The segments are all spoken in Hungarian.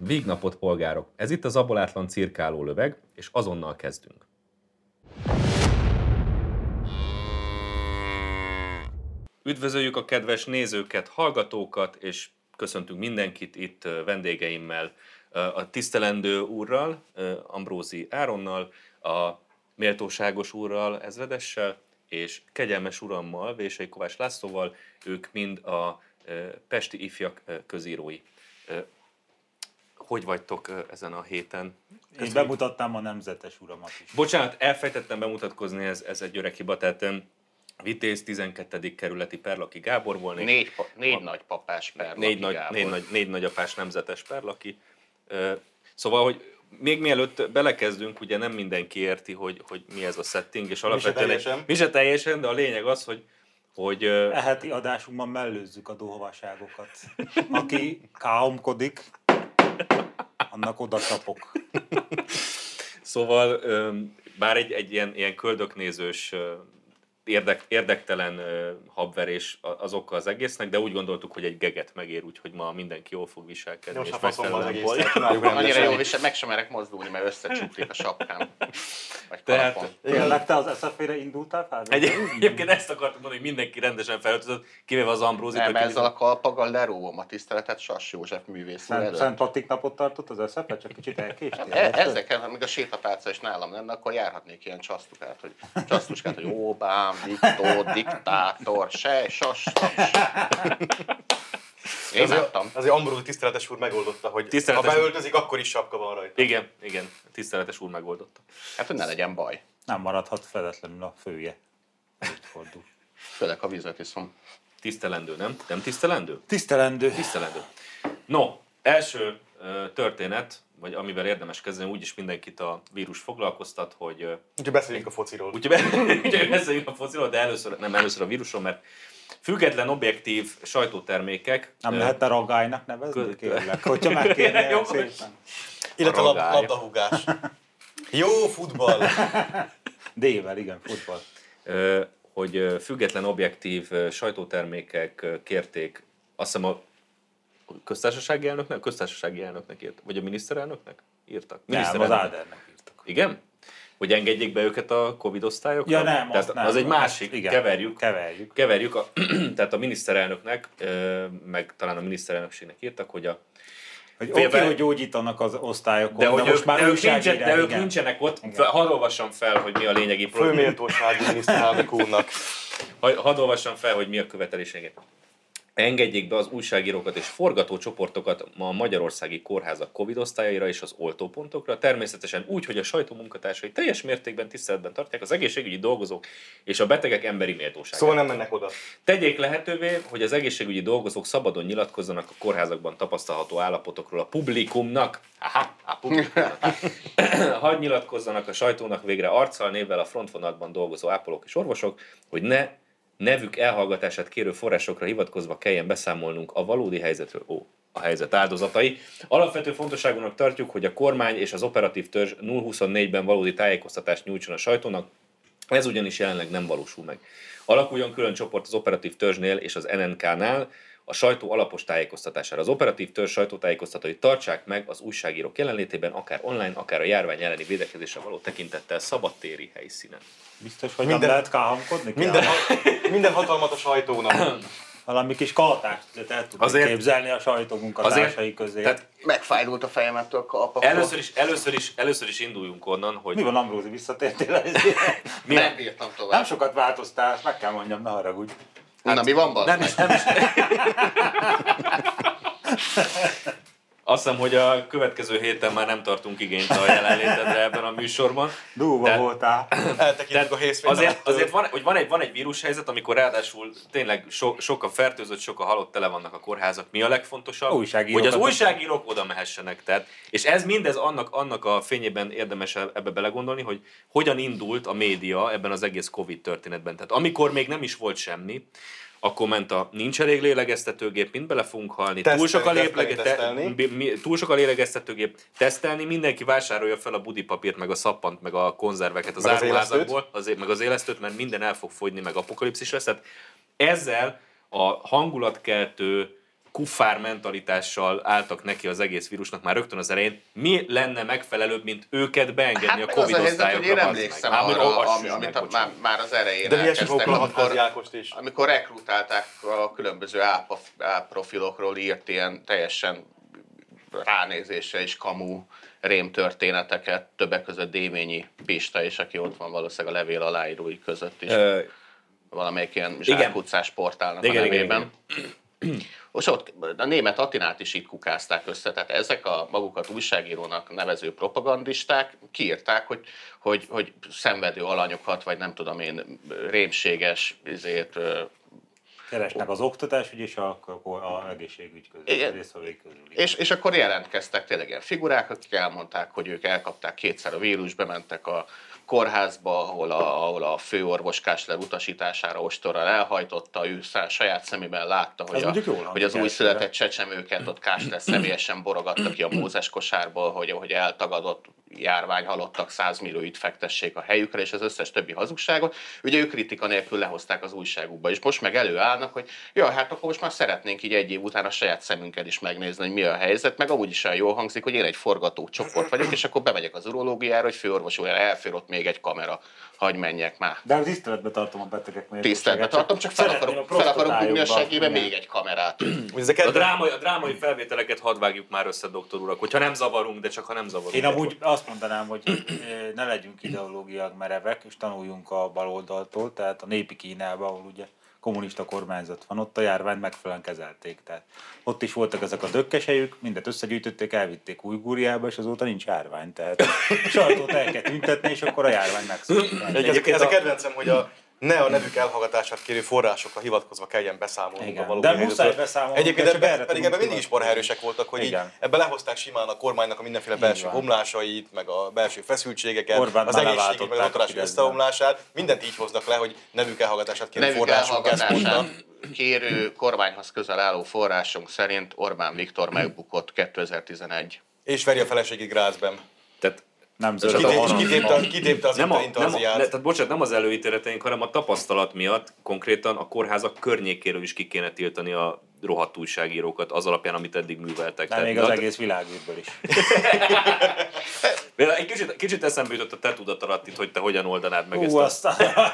Végnapot, polgárok! Ez itt az abolátlan cirkáló löveg, és azonnal kezdünk. Üdvözöljük a kedves nézőket, hallgatókat, és köszöntünk mindenkit itt vendégeimmel, a tisztelendő úrral, Ambrózi Áronnal, a méltóságos úrral, ezredessel, és kegyelmes urammal, Vései Kovács Lászlóval, ők mind a pesti ifjak közírói. Hogy vagytok ezen a héten? Én bemutattam a nemzetes uramat is. Bocsánat, elfejtettem bemutatkozni, ez egy öreg hiba, tehát Vitéz 12. kerületi Perlaki Gábor volnék. Négy nagypapás Perlaki Gábor. Négy nagyapás nemzetes Perlaki. Szóval, hogy még mielőtt belekezdünk, ugye nem mindenki érti, hogy mi ez a setting, és alapvetően mi se teljesen, de a lényeg az, hogy Eheti adásunkban mellőzzük a dohavaságokat. Aki káomkodik, annak oda csapok. Szóval bár egy ilyen köldöknézős, érdektelen habverés az oka az egésznek, de úgy gondoltuk, hogy egy geget megér, úgyhogy ma mindenki jól fog viselkedni. Most a faszomban az egészet csináljuk rendesen. Annyira jól visel, meg sem merek mozdulni, mert összecsuklik a sapkám. Vagy kalapon. Tényleg te az SZF-re indultál fel? Egyébként ezt akartam mondani, hogy mindenki rendesen felöltözött, kivéve az Ambrózit. Nem, ezzel a kalpaggal leróvom a tiszteletet Sass József művész úr előtt. Szent Patrik napot tartott az SZF-re? Csak kicsit elkéstél? Ezekkel, még a sétapálca is nálam lenne, akkor járhatnék ilyen csasztuskát, hogy Obám, Viktor, diktátor, sej, Sass. Én láttam. Azért Ambrózi tiszteletes úr megoldotta, hogy ha beöltözik, akkor is sapka van rajta. Igen, tiszteletes úr megoldotta. Hát, hogy ne legyen baj. Nem maradhat feletlenül a fője. Fordul. Főleg, ha vizet iszom. Tisztelendő, nem? Nem tisztelendő? Tisztelendő. No, első történet, vagy amivel érdemes kezdeni, úgyis mindenkit a vírus foglalkoztat, hogy... Úgyhogy beszéljünk a fociról. Úgyhogy beszéljünk a fociról, de először a vírusról, mert független, objektív sajtótermékek... Nem lehetne ragálynak nevezni, kérlek, hogyha megkérnél szépen. Illetve labdahúgás. Jó futball! D-vel, igen, futball. Hogy független, objektív sajtótermékek kérték, azt hiszem a köztársasági elnöknek írt, vagy a miniszterelnöknek írtak? Nem, az Ádernek írtak. Igen? Hogy engedjék be őket a Covid osztályokra? Ja nem, tehát nem. Az egy másik, igen, keverjük. Tehát a miniszterelnöknek, meg talán a miniszterelnökségnek írtak, hogy hogy gyógyítanak az osztályokon, de most már ők nincsenek ott. Hadd olvassam fel, hogy mi a lényegi probléma. Főméltósági miniszterelnök úrnak. Hadd olvassam fel, hogy mi a követeléseket. Engedjék be az újságírókat és forgatócsoportokat a magyarországi kórházak Covid osztályaira és az oltópontokra, természetesen úgy, hogy a sajtó munkatársai teljes mértékben tiszteletben tartják az egészségügyi dolgozók és a betegek emberi méltóságát. Szóval nem mennek oda. Tegyék lehetővé, hogy az egészségügyi dolgozók szabadon nyilatkozzanak a kórházakban tapasztalható állapotokról a publikumnak. Hadd nyilatkozzanak a sajtónak végre arccal, névvel a frontvonalban dolgozó ápolók és orvosok, hogy ne nevük elhallgatását kérő forrásokra hivatkozva kelljen beszámolnunk a valódi helyzetről. A helyzet áldozatai. Alapvető fontosságúnak tartjuk, hogy a kormány és az operatív törzs 0-24-ben valódi tájékoztatást nyújtson a sajtónak, ez ugyanis jelenleg nem valósul meg. Alakuljon külön csoport az operatív törzsnél és az NNK-nál a sajtó alapos tájékoztatására. Az operatív törzs sajtótájékoztatói tartsák meg az újságírók jelenlétében, akár online, akár a járvány elleni védekezésre való tekintettel szabadtéri helyszínen. Biztos, hogy nem lehet káhamkodni? Minden hatalmat a sajtónak. Valami kis kaltást el tudjuk képzelni a sajtó munkatársai közé. Tehát megfájdult a fejem ettől a kalpaktól. Először is induljunk onnan, hogy... Mi van, Ambrózi, visszatértél? Nem bírtam tovább. Nem sokat változtál, meg kell mondjam, ne haragudj. Na, mi van, nem is. Azt hiszem, hogy a következő héten már nem tartunk igényt a jelenlétedre ebben a műsorban. Durva voltál. Eltekintjük a hészfényettől. Azért van egy vírushelyzet, amikor ráadásul tényleg sok a fertőzött, sok a halott, tele vannak a kórházak. Mi a legfontosabb? Hogy az újságírók oda mehessenek. Tehát, és ez mindez annak a fényében érdemes ebbe belegondolni, hogy hogyan indult a média ebben az egész Covid történetben. Tehát amikor még nem is volt semmi, akkor ment a nincs elég lélegeztetőgép, mind bele fogunk halni, túl sok a lélegeztetőgép, tesztelni, mindenki vásárolja fel a budipapírt, meg a szappant, meg a konzerveket az áruházakból, meg az élesztőt, mert minden el fog fogyni, meg apokalipszis lesz. Tehát ezzel a hangulatkeltő, kuffár mentalitással álltak neki az egész vírusnak már rögtön az elején, mi lenne megfelelőbb, mint őket beengedni a Covid osztályokra? Én emlékszem arra, amit már az elején elkezdtek, amikor rekrutálták a különböző álprofilokról írt ilyen teljesen ránézésre és kamu rémtörténeteket, többek között Déményi Pista is, aki ott van valószínűleg a levél aláírói között is. Valamelyik ilyen zsákutcás portálnak a nevében. És ott a német Attinát is itt kukázták össze, tehát ezek a magukat újságírónak nevező propagandisták kiírták, hogy szenvedő alanyokat, vagy nem tudom én, rémséges keresnek az oktatásügy és a egészségügy közül. És akkor jelentkeztek tényleg ilyen figurák, akik elmondták, hogy ők elkapták kétszer a vírus, bementek a kórházba, ahol a főorvos Kásler utasítására ostorral elhajtotta, ő saját szemében látta, hogy az újszületett csecsemőket ott Kásler személyesen borogatta ki a Mózes kosárból, hogy eltagadott járványhalottak 100 millióit fektessék a helyükre, és az összes többi hazugságot. Ugye ők kritika nélkül lehozták az újságukba, és most meg előállnak, hogy hát akkor most már szeretnénk így egy év után a saját szemünkkel is megnézni, hogy mi a helyzet, meg amúgy is olyan jól hangzik, hogy én egy forgatócsoport vagyok, és akkor bemegyek az urológiára, hogy főorvos úr, elfér ott még egy kamera, hagyj menjek már. De az tiszteletbe tartom a betegek méltóságát. Tiszteletbe tartom, csak fel akarok dugni a segébe még egy kamerát. A drámai felvételeket hadd vágjuk már össze, doktor urak, hogyha nem zavarunk, de csak ha nem zavarunk. Én amúgy azt mondanám, hogy ne legyünk ideológiák merevek, és tanuljunk a baloldaltól, tehát a népi Kínában, ahol ugye kommunista kormányzat van, ott a járványt megfelelően kezelték. Tehát ott is voltak ezek a dökkesejük, mindet összegyűjtötték, elvitték Ujgúriába, és azóta nincs járvány. Tehát sajtót el kell tüntetni, és akkor a járvány megszűnik. Ez a kedvencem, hogy ne a nevük elhallgatását kérő forrásokra hivatkozva kelljen beszámolni a valódi helyzetről. De muszáj beszámolni. Egyébként pedig ebben mindig is marhaerősek voltak, hogy így ebbe lehozták simán a kormánynak a mindenféle belső bomlásait, meg a belső feszültségeket, az egészségügy, meg az oktatási összeomlását. Mindent így hoznak le, hogy nevük elhallgatását kérő források ezt mondta. Kérő kormányhoz közel álló forrásunk szerint Orbán Viktor megbukott 2011. És veri a feleségét Grazben. Kitépte az intaziát. Tehát bocsánat, nem az előítéleteink, hanem a tapasztalat miatt konkrétan a kórházak környékéről is ki kéne tiltani a rohadt újságírókat az alapján, amit eddig műveltek. De még az egész világűrből is. Egy kicsit eszembe jutott a te tudat alatt itt, hogy te hogyan oldanád meg ezt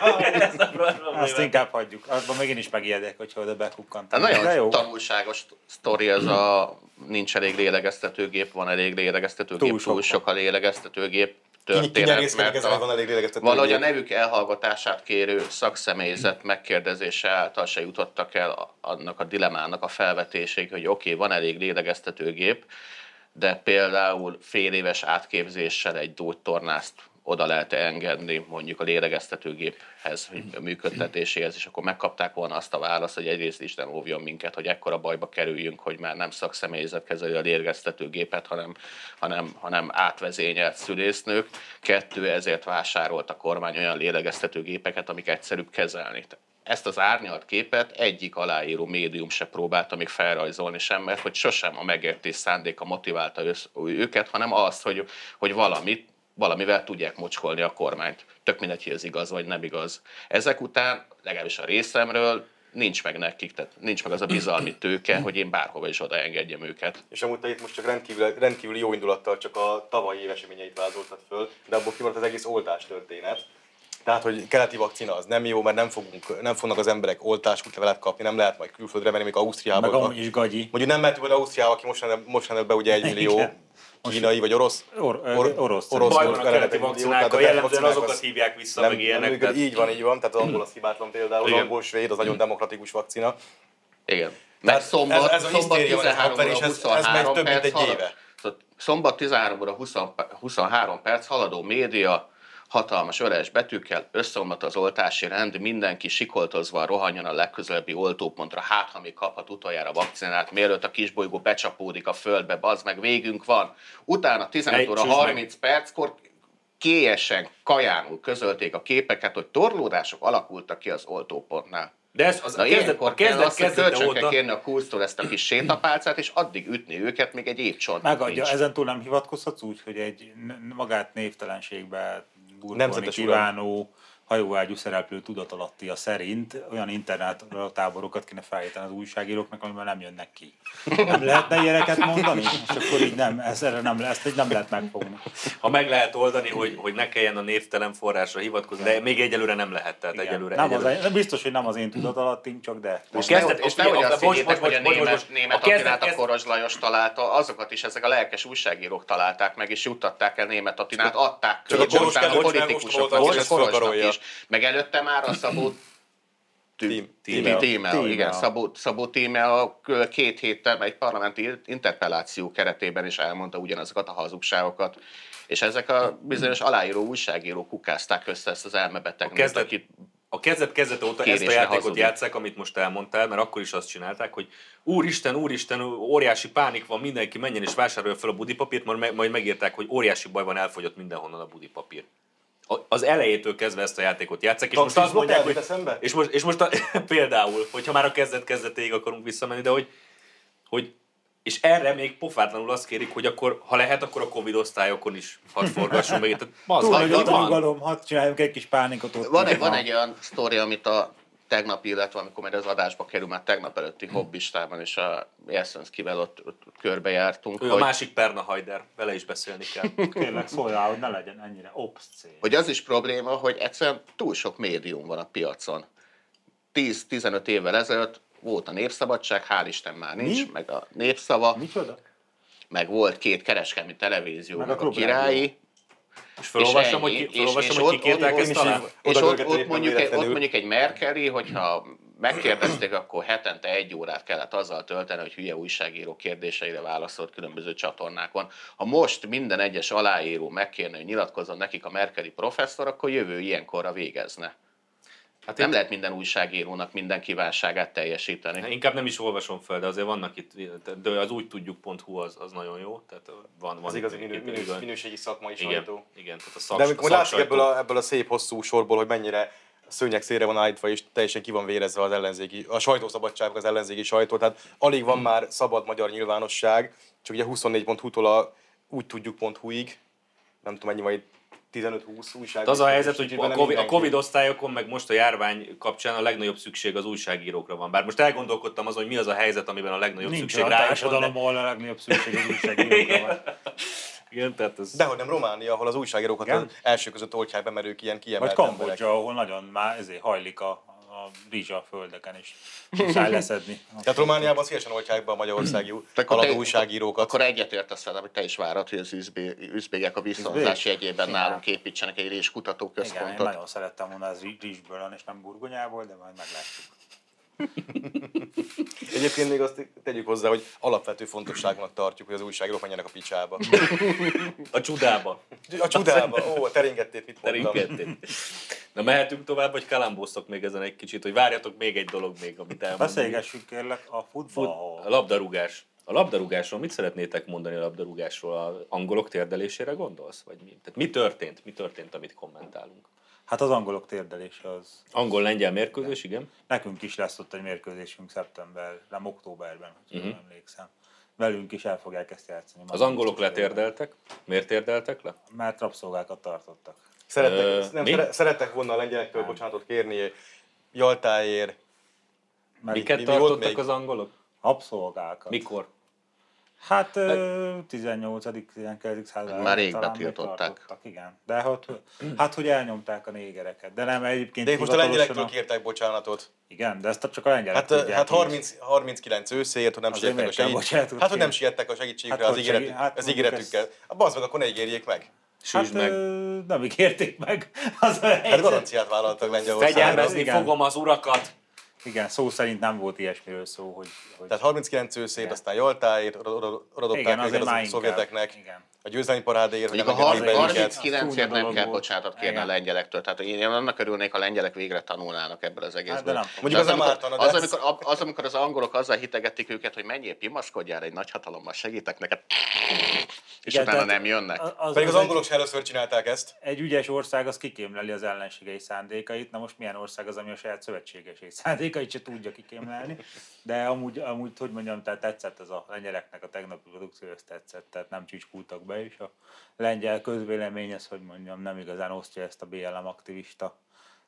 azt inkább hagyjuk. Azban még én is megijedek, hogyha oda bekukkantam. Nagyon tanulságos sztori ez a nincs elég lélegeztetőgép, van elég lélegeztetőgép, túl sok a lélegeztetőgép történet, mert valahogy a nevük elhallgatását kérő szakszemélyzet megkérdezése által se jutottak el annak a dilemának a felvetéséig, hogy oké, van elég lélegeztetőgép, de például fél éves átképzéssel egy gyógytornászt oda lehet engedni mondjuk a lélegeztetőgéphez, a működtetéséhez, és akkor megkapták volna azt a választ, hogy egyrészt Isten óvjon minket, hogy ekkora bajba kerüljünk, hogy már nem szakszemélyzet kezeli a lélegeztetőgépet, hanem átvezényelt szülésznők. 2, ezért vásárolt a kormány olyan lélegeztetőgépeket, amik egyszerűbb kezelni. Ezt az árnyalt képet egyik aláíró médium se próbálta még felrajzolni sem, mert hogy sosem a megértés szándéka motiválta őket, hanem az, hogy valamivel tudják mocskolni a kormányt. Tök mindegy, hogy ez igaz vagy nem igaz. Ezek után, legalábbis a részemről, nincs meg nekik, tehát nincs meg az a bizalmi tőke, hogy én bárhova is odaengedjem őket. És amúgy te itt most csak rendkívüli jó indulattal csak a tavalyi év eseményeit vázoltad föl, de abból kimaradt az egész oltás történet. Tehát, hogy keleti vakcina az nem jó, mert nem fognak az emberek oltásútlevelet kapni, nem lehet majd külföldre menni, még Ausztriába. Meg amúgy is gagyi. Mondjuk nem mehetünk be Ausztriába, aki most lenne be ugye 1 millió kínai vagy orosz. Orosz. Baj van a keleti vakcinákkal, jellemzően azokat hívják vissza, meg ilyenek. Így van, tehát az angol az hibátlan például, az angol svéd, az nagyon demokratikus vakcina. Igen. Mert szombat 13 óra 23 több mint egy éve. Szombat 13 óra 23 perc, haladó média, hatalmas öres betűkkel, összeomlott az oltási rend, mindenki sikoltozva rohanjon a legközelebbi oltópontra, hát ha még kaphat utoljára vakcinát, mielőtt a kisbolygó becsapódik a földbe, bazd meg, végünk van. Utána 15 óra 30 perckor kélyesen, kajánul közölték a képeket, hogy torlódások alakultak ki az oltópontnál. De ez az ilyenkor kell azt, hogy kölcsön kell kérni a kursztól ezt a kis sétapálcát, és addig ütni őket, még egy évcsont. Megadja, ezentúl nem hivatkozhatsz úgy, hogy egy magát névtelenségbe burkolni kívánó hajóágyú szereplő tudatalattia szerint olyan internettáborokat kéne felállítani az újságíróknak, amiben nem jönnek ki. Nem lehetne ilyeneket mondani? És akkor így nem, ezt nem lehet megfogni. Ha meg lehet oldani, hogy ne kelljen a névtelen forrásra hivatkozni, de még egyelőre nem lehet. Tehát egyelőre. Biztos, hogy nem az én tudatalattim, csak de. És nehogy azt higgyétek, hogy a német Attilát a Koros Lajos találta, azokat is ezek a lelkes újságírók találták meg, és juttatták el Német Attilát, adták körülbelül a politikusoknak és a Korosnak is. Meg előtte már a Szabó Tímea, igen, Szabó Tímea 2 héttel egy parlamenti interpelláció keretében is elmondta ugyanazokat a hazugságokat. És ezek a bizonyos aláíró újságírók kukázták össze ezt az elmebetegnek, akit a kezdet óta ezt a játékot játsszák, amit most elmondtál, mert akkor is azt csinálták, hogy úristen, óriási pánik van, mindenki menjen és vásárolja fel a budipapírt, majd megírták, hogy óriási baj van, elfogyott mindenhonnan a budipapír. Az elejétől kezdve ezt a játékot játsszák, és most azt mondják, hogy és most például, hogyha már a kezdetéig akarunk visszamenni, de hogy és erre még pofátlanul azt kérik, hogy akkor, ha lehet, akkor a Covid osztályokon is hadd forgassunk meg. Túl nagy a nyugalom, hadd csináljunk egy kis pánikot ott. Van egy olyan sztori, amit a tegnap, illetve amikor majd az adásba kerül, már tegnap előtti hobbistában, és a Jelszönszkivel ott körbejártunk. Ő a másik Perna Hajder, vele is beszélni kell. Kérlek, szóljál, hogy ne legyen ennyire obszcén. Hogy az is probléma, hogy egyszerűen túl sok médium van a piacon. 10-15 évvel ezelőtt volt a Népszabadság, hál' Isten már nincs, meg a Népszava. Micsoda? Meg volt 2 kereskedelmi televízió, meg a Királyi. És felolvasom, hogy kik írták ezt talán? És ott mondjuk egy Merkeli, hogyha megkérdezték, akkor hetente 1 órát kellett azzal tölteni, hogy hülye újságíró kérdéseire válaszolt különböző csatornákon. Ha most minden egyes aláíró megkérne, hogy nyilatkozzon nekik a Merkeli professzor, akkor jövő ilyenkorra végezne. Hát nem lehet minden újságírónak minden kívánságát teljesíteni. Inkább nem is olvasom fel, de azért vannak itt, de az úgy tudjuk.hu az nagyon jó. Tehát van az igazi minőségi szakmai sajtó. Igen, tehát de amikor látszik ebből a szép hosszú sorból, hogy mennyire szőnyeg szélre van állítva, és teljesen ki van vérezve a sajtószabadság, az ellenzéki sajtó, tehát alig van már szabad magyar nyilvánosság, csak ugye 24.hu-tól úgy tudjuk.hu-ig, nem tudom mennyi van 15-20 újság. Az a helyzet, hogy a Covid osztályokon, meg most a járvány kapcsán a legnagyobb szükség az újságírókra van. Bár most elgondolkodtam azon, hogy mi az a helyzet, amiben a legnagyobb szükség rájuk van. Nincs a társadalom, ahol a legnagyobb szükség az újságírókra van. Igen, tehát ez... Dehogy nem Románia, ahol az újságírókat az első között oltják be, mert ők ilyen kiemelt vagy Kambodzsa, ahol nagyon már ezért hajlik a rizsa földeken is muszáj leszedni. Tehát Romániában szívesen oltják be a magyarországi haladó újságírókat. Akkor egyetértesz velem, hogy te is várod, hogy az üzbégek a visszahozás jegyében nálunk építsenek egy rizskutatóközpontot. Igen, én nagyon szerettem volna az rizsből, és nem burgonyából, de majd meglátjuk. Egyébként még azt tegyük hozzá, hogy alapvető fontosságúnak tartjuk, hogy az újságírók menjenek a picsába. A csudába. A csudába. Ó, a teringettét mit mondtam. Na mehetünk tovább, vagy kalambóztok még ezen egy kicsit, hogy várjatok még egy dolog még, amit elmondunk. Beszélgessük kérlek a futball. A labdarúgás. A labdarúgásról mit szeretnétek mondani a labdarúgásról? Az angolok térdelésére gondolsz? Vagy mi? Tehát mi történt, amit kommentálunk? Hát az angolok térdelése az... Angol-lengyel mérkőzés, igen. Nekünk is lesz ott egy mérkőzésünk októberben, ha jól emlékszem. Velünk is el fogják ezt játszani. Az angolok letérdeltek. Miért térdeltek le? Mert rabszolgákat tartottak. Szerettek volna a lengyelektől bocsánatot kérni Jaltáért. Miket tartottak az angolok? Rabszolgákat. Mikor? Hát 18.-19. században már rég betiltották. Igen. De hogy elnyomták a négereket. De nem egyébként. De most a lengyelektől kértek bocsánatot. Igen, de ezt csak a lengyelek tudják. Hát 39 őszért, hogy nem siettek a segítségükre. Hát, hogy nem siettek a segítségükre az ígéretükkel. Bazd meg, akkor ne ígérjék meg. Hát nem ígérték meg. Hát garanciát vállaltak Lengyelországra. Fegyelmezni fogom az urakat. Igen, szó szerint nem volt ilyesmiről szó, hogy... Tehát 39 őszét, aztán Jaltáért, oda dobták őket a szovjeteknek. Igen. A győzelmi parádéért, hogy nem engedték be őket. 39-ért nem kell bocsánatot kérni a lengyelektől. Tehát én annak örülnék, a lengyelek végre tanulnának ebből az egészből. Hát, mondjuk az nem ártana, az, amikor az angolok azzal hitegették őket, hogy menjél, pimaszkodjál, egy nagy hatalommal segítek neked, és igen, utána nem jönnek. Pedig az angolok se először csinálták ezt. Egy ügyes ország az kikémleli az ellenségei szándékait. Na most milyen ország az, ami a saját szövetségesei szándékait se tudja kikémlelni. De amúgy hogy mondjam, tehát tetszett ez a lengyeleknek a tegnapi produkció, ez tetszett, tehát nem csücskultak be, és a lengyel közvélemény, ez, hogy mondjam, nem igazán osztja ezt a BLM aktivista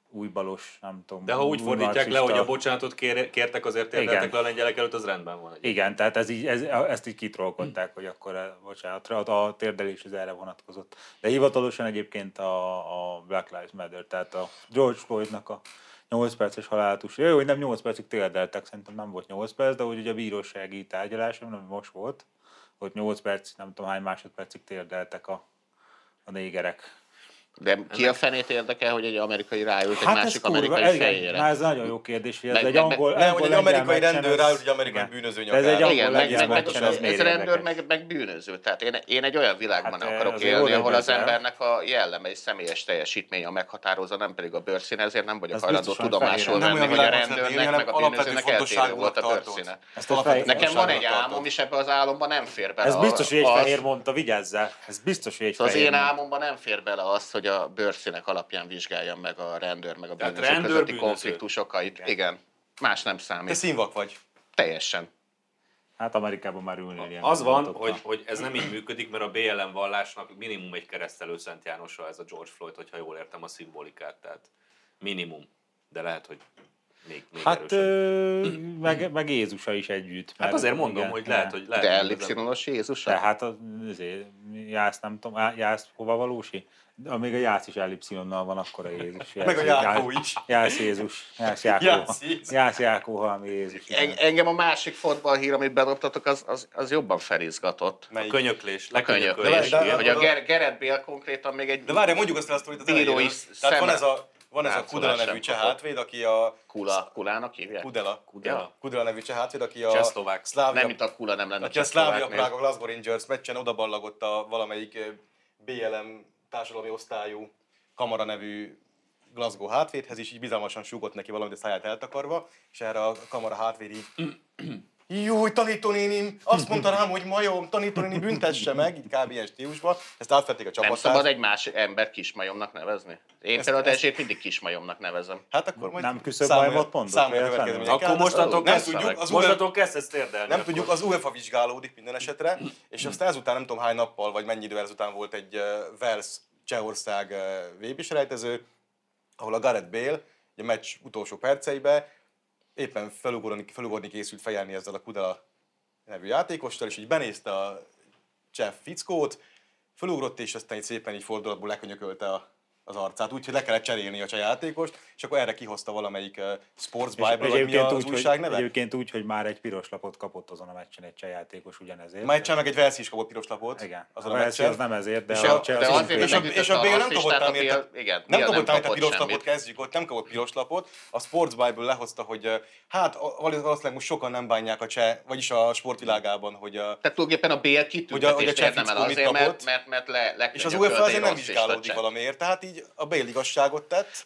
újbalos, nem tudom. De ha úgy fordítják le, hogy a bocsánatot kértek, azért térdeltek le a lengyelek előtt, az rendben van. Igen, tehát ezt így kitrollkodták, hogy akkor a térdelés az erre vonatkozott. De hivatalosan egyébként a Black Lives Matter, tehát a George Floydnak a 8 perces halálatus. Jó, hogy nem 8 percig térdeltek, szerintem nem volt 8 perc, de hogy ugye a bírósági tárgyalás, nem most volt, hogy 8 perc, nem tudom hány másodpercig térdeltek a négerek. De ki a fenét érdekel, hogy egy amerikai ráült egy másik amerikai fejére? Hát ez nagyon jó kérdés, hogy ez egy angol hogy egy amerikai rendőr ráült egy amerikai bűnöző nyakára. Igen, ez rendőr meg bűnöző. Tehát én egy olyan világban akarok élni, ahol az embernek a jelleme és személyes teljesítménye meghatározza, nem pedig a bőrszíne, ezért nem vagyok hajlandó tudomásul venni, hogy a rendőrnek meg a bűnözőnek eltérő volt a bőrszíne. Nekem van egy álmom, és ebbe az álomban nem fér bele. Ez biztos, hogy egy fehér mondta, vigyázzál. Ez biztos, hogy egy fehér. Az én álmomban nem fér bele az, hogy a bőrszínek alapján vizsgáljam meg a rendőr, meg a bűnöző közötti konfliktusokait. Igen, más nem számít. Te színvak vagy. Teljesen. Hát Amerikában már ülnél ilyen. Az van, hogy ez nem így működik, mert a BLM vallásnak minimum egy keresztelő Szent Jánosra ez a George Floyd, hogyha jól értem a szimbolikát, tehát minimum, de lehet, hogy még hát meg Jézusa is együtt. Hát azért mondom, igen, hogy lehet, hogy lehet. De ellipszilonos Jézusa? Tehát Jász, nem tudom, Jász hova valósi? Még a Jász is ellipszilonnal van, akkor a Jézus. Meg a Jákó is. Jász Jézus. Jász Jákó. Jász Jákó, valami Jézus. Engem a másik fotballhír, amit bedobtatok, az jobban felizgatott. A könyöklés. A könyöklés. Hogy a Gareth Bale konkrétan még egy... De várjál, mondjuk azt el a sztorit az elején. Tehát van ez a Kudela nevű cseh hátvéd, aki a... Kulának hívják? Kudela nevű cseh hátvéd, aki a... Nem, mint a Kula nem lenne aki a Slavia Praga Glasgow Rangers meccsen odaballagott a valamelyik BLM társadalmi osztályú Kamara nevű Glasgow hátvédhez is, így bizalmasan súgott neki valamit a száját eltakarva, és erre a Kamara hátvéd így Júj, tanítónénim, azt mondta rám, hogy majom, tanítónéni büntesse meg, így kb. Ilyen stílusban. Ezt átvették a csapatát. Nem szabad egy másik ember kismajomnak nevezni? Én például elsőt mindig kismajomnak nevezem. Hát akkor majd nem küszöbajmot mondod? Akkor mostantól kezd ezt érdelni. Nem tudjuk, az UEFA vizsgálódik minden esetre, és aztán ezután nem tudom hány nappal, vagy mennyi idővel ezután volt egy Wales-Csehország VB-selejtező, ahol a Gareth Bale a meccs utolsó perceiben éppen felugorni készült fejelni ezzel a Kudela nevű játékostól, és így benézte a cseh fickót, felugrott, és aztán így szépen így fordulatból lekönyökölte az arcát, úgyhogy le kellett cserélni a cseh játékost, és akkor erre kihozta valamelyik Sports Bible, vagy mi az újság neve? Egyébként úgy, hogy már egy piros lapot kapott azon a meccsen egy cseh játékos ugyanezért. Már meg egy Velszi is kapott piros lapot. Igen, azon a meccsen. Az nem ezért, de a cseh és a Bale nem kapott a piros lapot, kezdjük ott, nem kapott piros lapot. A Sports Bible lehozta, hogy hát valószínűleg most sokan nem bánják a cseh, vagyis a sportvilágában, hogy tehát tulajdonképpen a Bale kitüntetést érdemel azért, mert és az UEFA azért nem vizsgálódik valamiért, tehát így a Bale igazságot tett,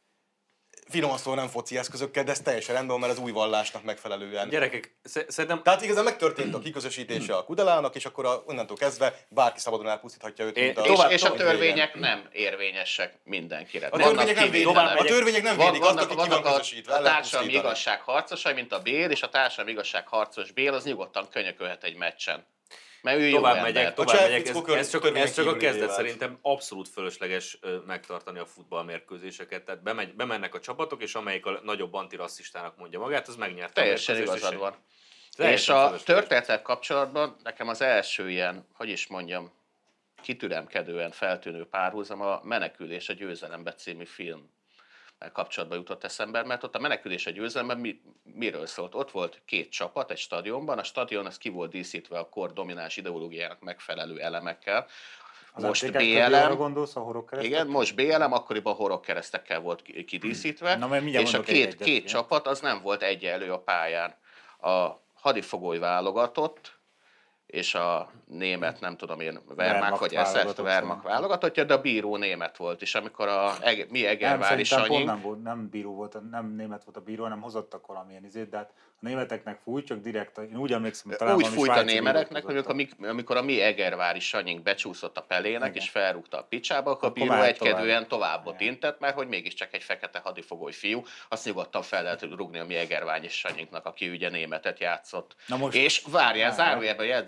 finoman szól nem foci eszközökkel, de ez teljesen rendben, mert az új vallásnak megfelelően. Gyerekek, szerintem... Tehát igazán megtörtént a kiközösítése a Kudelának, és akkor onnantól kezdve bárki szabadon elpusztíthatja őt. És a törvények nem érvényesek mindenkire. A törvények nem védik azt, aki ki van közösítve. A társadalmi igazság harcosai, mint a Bale, és a társadalmi igazság harcos Bale, az nyugodtan könyökölhet egy meccsen. Tovább megyek. Ez csak a kezdet, szerintem abszolút fölösleges megtartani a futballmérkőzéseket. Tehát bemennek a csapatok, és amelyik a nagyobb antirasszistának mondja magát, az megnyerte. Teljesen igazad van. És a történettel kapcsolatban nekem az első ilyen, hogy is mondjam, kitüremkedően feltűnő párhuzam a Menekülés a győzelembe című film kapcsolatban jutott eszembe, mert ott a Menekülés a győzelemben miről szólt? Ott volt két csapat egy stadionban, a stadion az ki volt díszítve a kor domináns ideológiának megfelelő elemekkel. Most BLM, igen, most BLM, akkoriban horogkeresztekkel volt kidíszítve, és a két csapat az nem volt egyenlő a pályán. A hadifogoly válogatott, és a német, nem tudom én, Wehrmacht vagy SS Wehrmacht válogatottja, de a bíró német volt, és amikor mi Egervári Sanyi... Nem bíró volt, nem német volt a bíró, hanem hozottak valamilyen izét, de hát a németeknek fúj, csak direkt, én úgy emlékszem, talán úgy fújt a németeknek, hogy amikor a mi Egervári Sanyink becsúszott a pelének, igen, és felrúgta a picsába, akkor a bíró egykedvűen továbbot intett, mert hogy mégiscsak egy fekete hadifogoly fiú, azt nyugodtan fel lehet rúgni a mi Egervári Sanyinknak, aki ugye németet játszott. És várjál, zárójelben jegyzem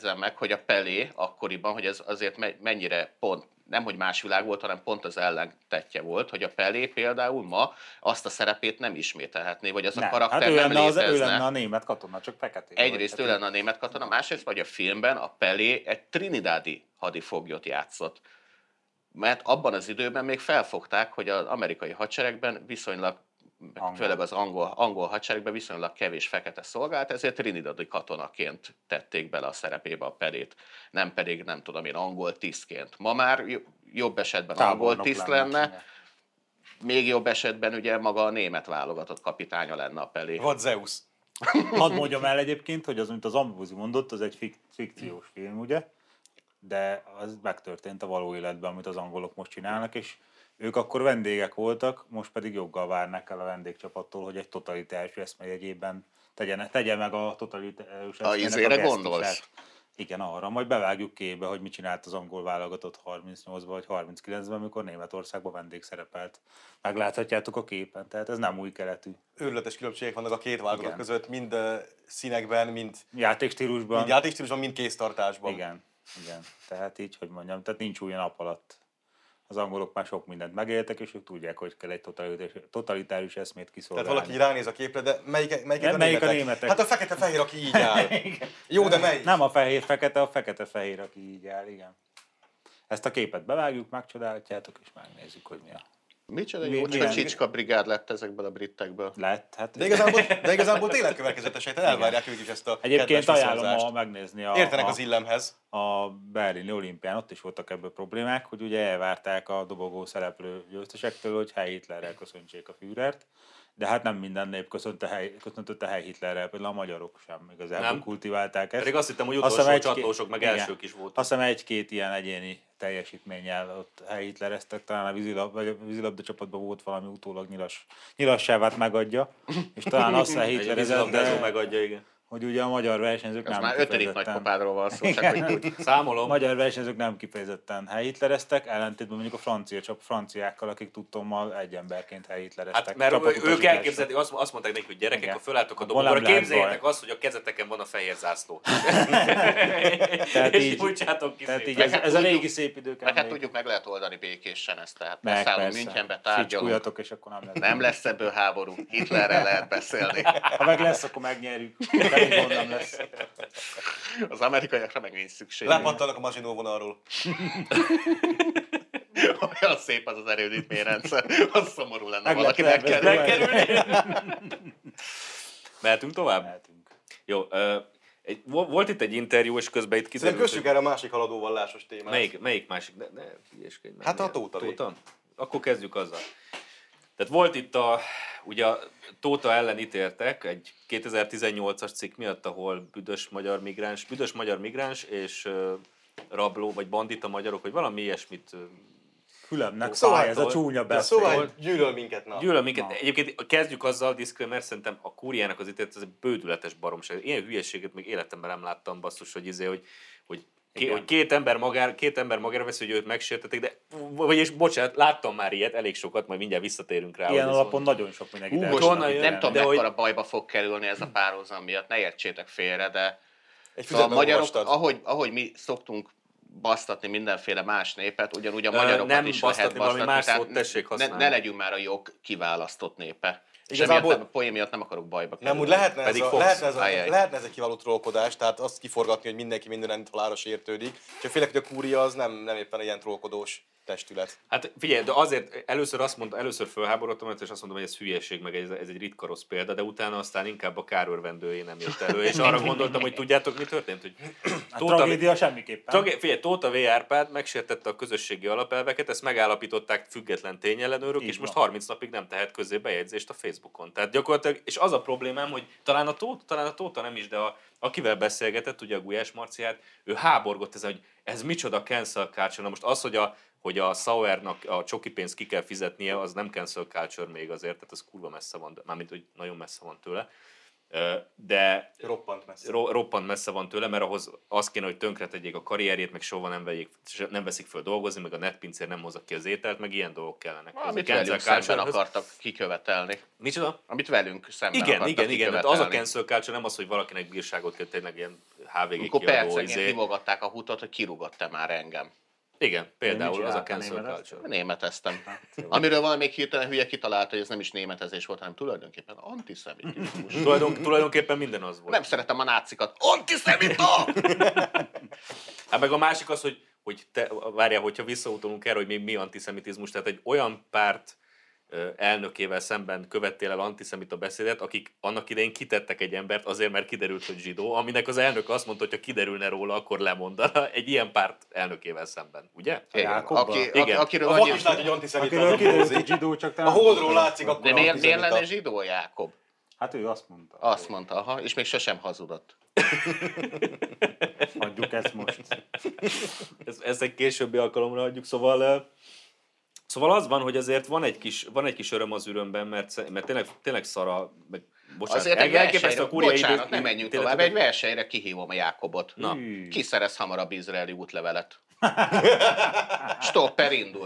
nézzem meg, hogy a Pelé akkoriban, hogy ez azért mennyire pont, nem hogy más világ volt, hanem pont az ellentetje volt, hogy a Pelé például ma azt a szerepét nem ismételhetné, vagy az a karakter nem létezne. Ő lenne a német katona, csak feketén. Egyrészt ő lenne a német katona, másrészt vagy a filmben a Pelé egy trinidádi hadifoglyot játszott. Mert abban az időben még felfogták, hogy az amerikai hadseregben viszonylag, főleg az angol hadseregben viszonylag kevés fekete szolgált, ezért trinidadi katonaként tették bele a szerepébe a Pelét, nem pedig, nem tudom én, angol tisztként. Ma már jobb esetben angol tiszt lenne, még jobb esetben ugye maga a német válogatott kapitánya lenne a Pelé. Vagy Zeus. Hadd mondjam el egyébként, hogy az, mint az Ambuzi mondott, az egy fikciós film, ugye? De az megtörtént a való életben, amit az angolok most csinálnak, és ők akkor vendégek voltak, most pedig joggal várnak el a vendégcsapattól, hogy egy totalitárius eszmejegyében tegye meg a totalitárius eszmének a gondolsz? Igen, arra. Majd bevágjuk képbe, hogy mit csinált az angol válogatott 38-ban vagy 39-ben, amikor Németországban vendég szerepelt. Megláthatjátok a képen, tehát ez nem új keletű. Őrületes különbségek vannak a két válogatott között, mind színekben, mind játékstílusban, mind kéztartásban. Igen. Tehát így, hogy mondjam, tehát nincs új nap alatt. Az angolok már sok mindent megéltek, és ők tudják, hogy kell egy totalitárius eszmét kiszolgálni. Tehát valaki ránéz a képre, de melyik a németek? Hát a fekete-fehér, aki így áll. Jó, de melyik? Nem a fehér-fekete, a fekete-fehér, aki így áll, igen. Ezt a képet bevágjuk, megcsodálhatjátok, és megnézzük, hogy mi a... Micsoda jó Csicska brigád lett ezekből a britekből. Lett, hát... De igazából tényleg következetesen, elvárják ők is ezt a egyébként ajánlom megnézni értenek az illemhez. A berlini olimpián, ott is voltak ebből problémák, hogy ugye elvárták a dobogó szereplő győztesektől, hogy Heil Hitlerrel köszöntsék a Führert, de hát nem minden nép köszöntötte Heil Hitlerrel, például a magyarok sem igazából kultiválták ezt. Pedig azt hittem, hogy utolsó csatlósok, meg elsők is voltak. Azt hiszem egy-két ilyen egyéni teljesítménnyel ott Heil Hitlereztek, talán a vízilabda csapatban volt valami utólag nyilassávát megadja, és talán azt Heil Hitlerezett, de megadja, igen. Hogy ugye a magyar versenyzők nem már kifejezetten... 5. nagypapádról van szó, csak hogy számolom. Magyar versenyzők nem kifejezetten Hitlereztek, ellentétben mondjuk a franciákkal, akik tudtommal egy emberként Hitlereztek. Hát mert ők elképzelték, azt mondták neki, hogy gyerekek, ha fölálltok a dobogóra, képzeljétek azt, hogy a kezeteken van a fehér zászló. Tehát így, ez a régi szép idők. Hát tudjuk, meg lehet oldani békésen ezt, tehát beszállunk Münchenbe, tárgyalunk. És akkor nem lesz ebből háború, Hitlerrel lehet beszélni. Ha meg lesz, akkor megnyerjük. Nem lesz. Az amerikaiakra meg nincs szükség. Lepattanak a Maginot vonalról. Olyan szép az erődítményrendszer. Az szomorú lenne valaki megkerülni. Mehetünk tovább? Mehetünk. Jó, volt itt egy interjú, és közben itt kiderült... Kössük erre a másik haladóvallásos témát. Melyik másik? Ne hülyeskedj meg. Hát a Tóta. Akkor kezdjük azzal. Tehát volt itt ugye a Tóta ellen ítéltek egy 2018-as cikk miatt, ahol büdös magyar migráns és rabló vagy bandita magyarok, vagy valami ilyesmit Fülemnek száj, ez a csúnya beszél. Szóval gyűlöl minket. Gyűlöl minket. Egyébként kezdjük azzal, disclaimer, szerintem a Kúriának az ítélet, ez egy bődületes baromság. Ilyen hülyeséget még életemben nem láttam, basszus, hogy két ember magára veszi, hogy őt megsértették, de vagyis bocsánat, láttam már ilyet, elég sokat, majd mindjárt visszatérünk rá. Ilyen alapon nagyon sok mindenki. Nem tudom, mekkora bajba fog kerülni ez a párhuzam miatt, ne értsétek félre, de a magyarok, ahogy mi szoktunk basztatni mindenféle más népet, ugyanúgy a magyarokat nem is lehet basztatni. Más szót tessék használni. Ne legyünk már a jog kiválasztott népe. Igazából a poén miatt nem akarok bajba kerülni. Nem, úgy lehetne ez egy kiváló trollkodás, tehát azt kiforgatni, hogy mindenki minden halára sértődik. Csak félek, hogy a Kúria az nem éppen ilyen trollkodós testület. Hát figyelj, de azért először fölháborodtam, és azt mondom, hogy ez hülyeség, meg ez egy ritka rossz példa, de utána aztán inkább a kárőrvendőjé nem jött elő, és arra gondoltam, hogy tudjátok, mi történt? Hogy tragédia semmiképpen. Figyelj, Tóta V. Árpád megsértette a közösségi alapelveket, ezt megállapították független tényellenőrök, és most 30 napig nem tehet közzé bejegyzést a Facebookon. Tehát gyakorlatilag, és az a problémám, hogy talán a Tóta nem is, de akivel beszélgetett, ugye a Gulyás Marciát, ő háborgott hogy ez micsoda cancel culture. Na most az, hogy a Sauernak a csoki pénzt ki kell fizetnie, az nem cancel culture még azért, tehát az kurva messze van, mármint, hogy nagyon messze van tőle. De roppant messze van tőle, mert ahhoz az kéne, hogy tönkretegyék a karrierjét, meg soha nem veszik föl dolgozni, meg a netpincér nem hozza ki az ételt, meg ilyen dolgok kellenek. Amit velünk szemben akartak kikövetelni. Micsoda? Amit velünk szemben akartak igen. kikövetelni. De az a cancel culture nem az, hogy valakinek bírságot kell tényleg ilyen HVG amikor kiadó percenként hívogatták a Hutot, hogy kirúgott-e már engem. Igen, például az a cancel culture. Németeztem. Amiről valami hirtelen hülye kitalált, hogy ez nem is németezés volt, hanem tulajdonképpen antiszemitizmus. Tulajdonképpen minden az volt. Nem szeretem a nácikat. Antiszemita! Hát meg a másik az, hogy várjál, hogyha visszautolunk erre, hogy mi antiszemitizmus, tehát egy olyan párt elnökével szemben követtél el antiszemita beszédet, akik annak idején kitettek egy embert azért, mert kiderült, hogy zsidó, aminek az elnök azt mondta, hogy ha kiderülne róla, akkor lemondana egy ilyen párt elnökével szemben, ugye? Akiről a is látja, hogy antiszemita. Zsidó, csak a holdról látszik, akkor de miért lenne zsidó, Jákob? Hát ő azt mondta. Azt mondta, aha, és még sosem hazudott. Hagyjuk ezt most. Ezt egy későbbi alkalomra adjuk, szóval az van, hogy azért van egy kis öröm az ürömben, mert tényleg szara, meg bocsánat, azért egy versenyre, nem menjünk tovább, egy versenyre kihívom a Jákobot. Na. Ki szerez hamarabb izraeli útlevelet? Stopper indul.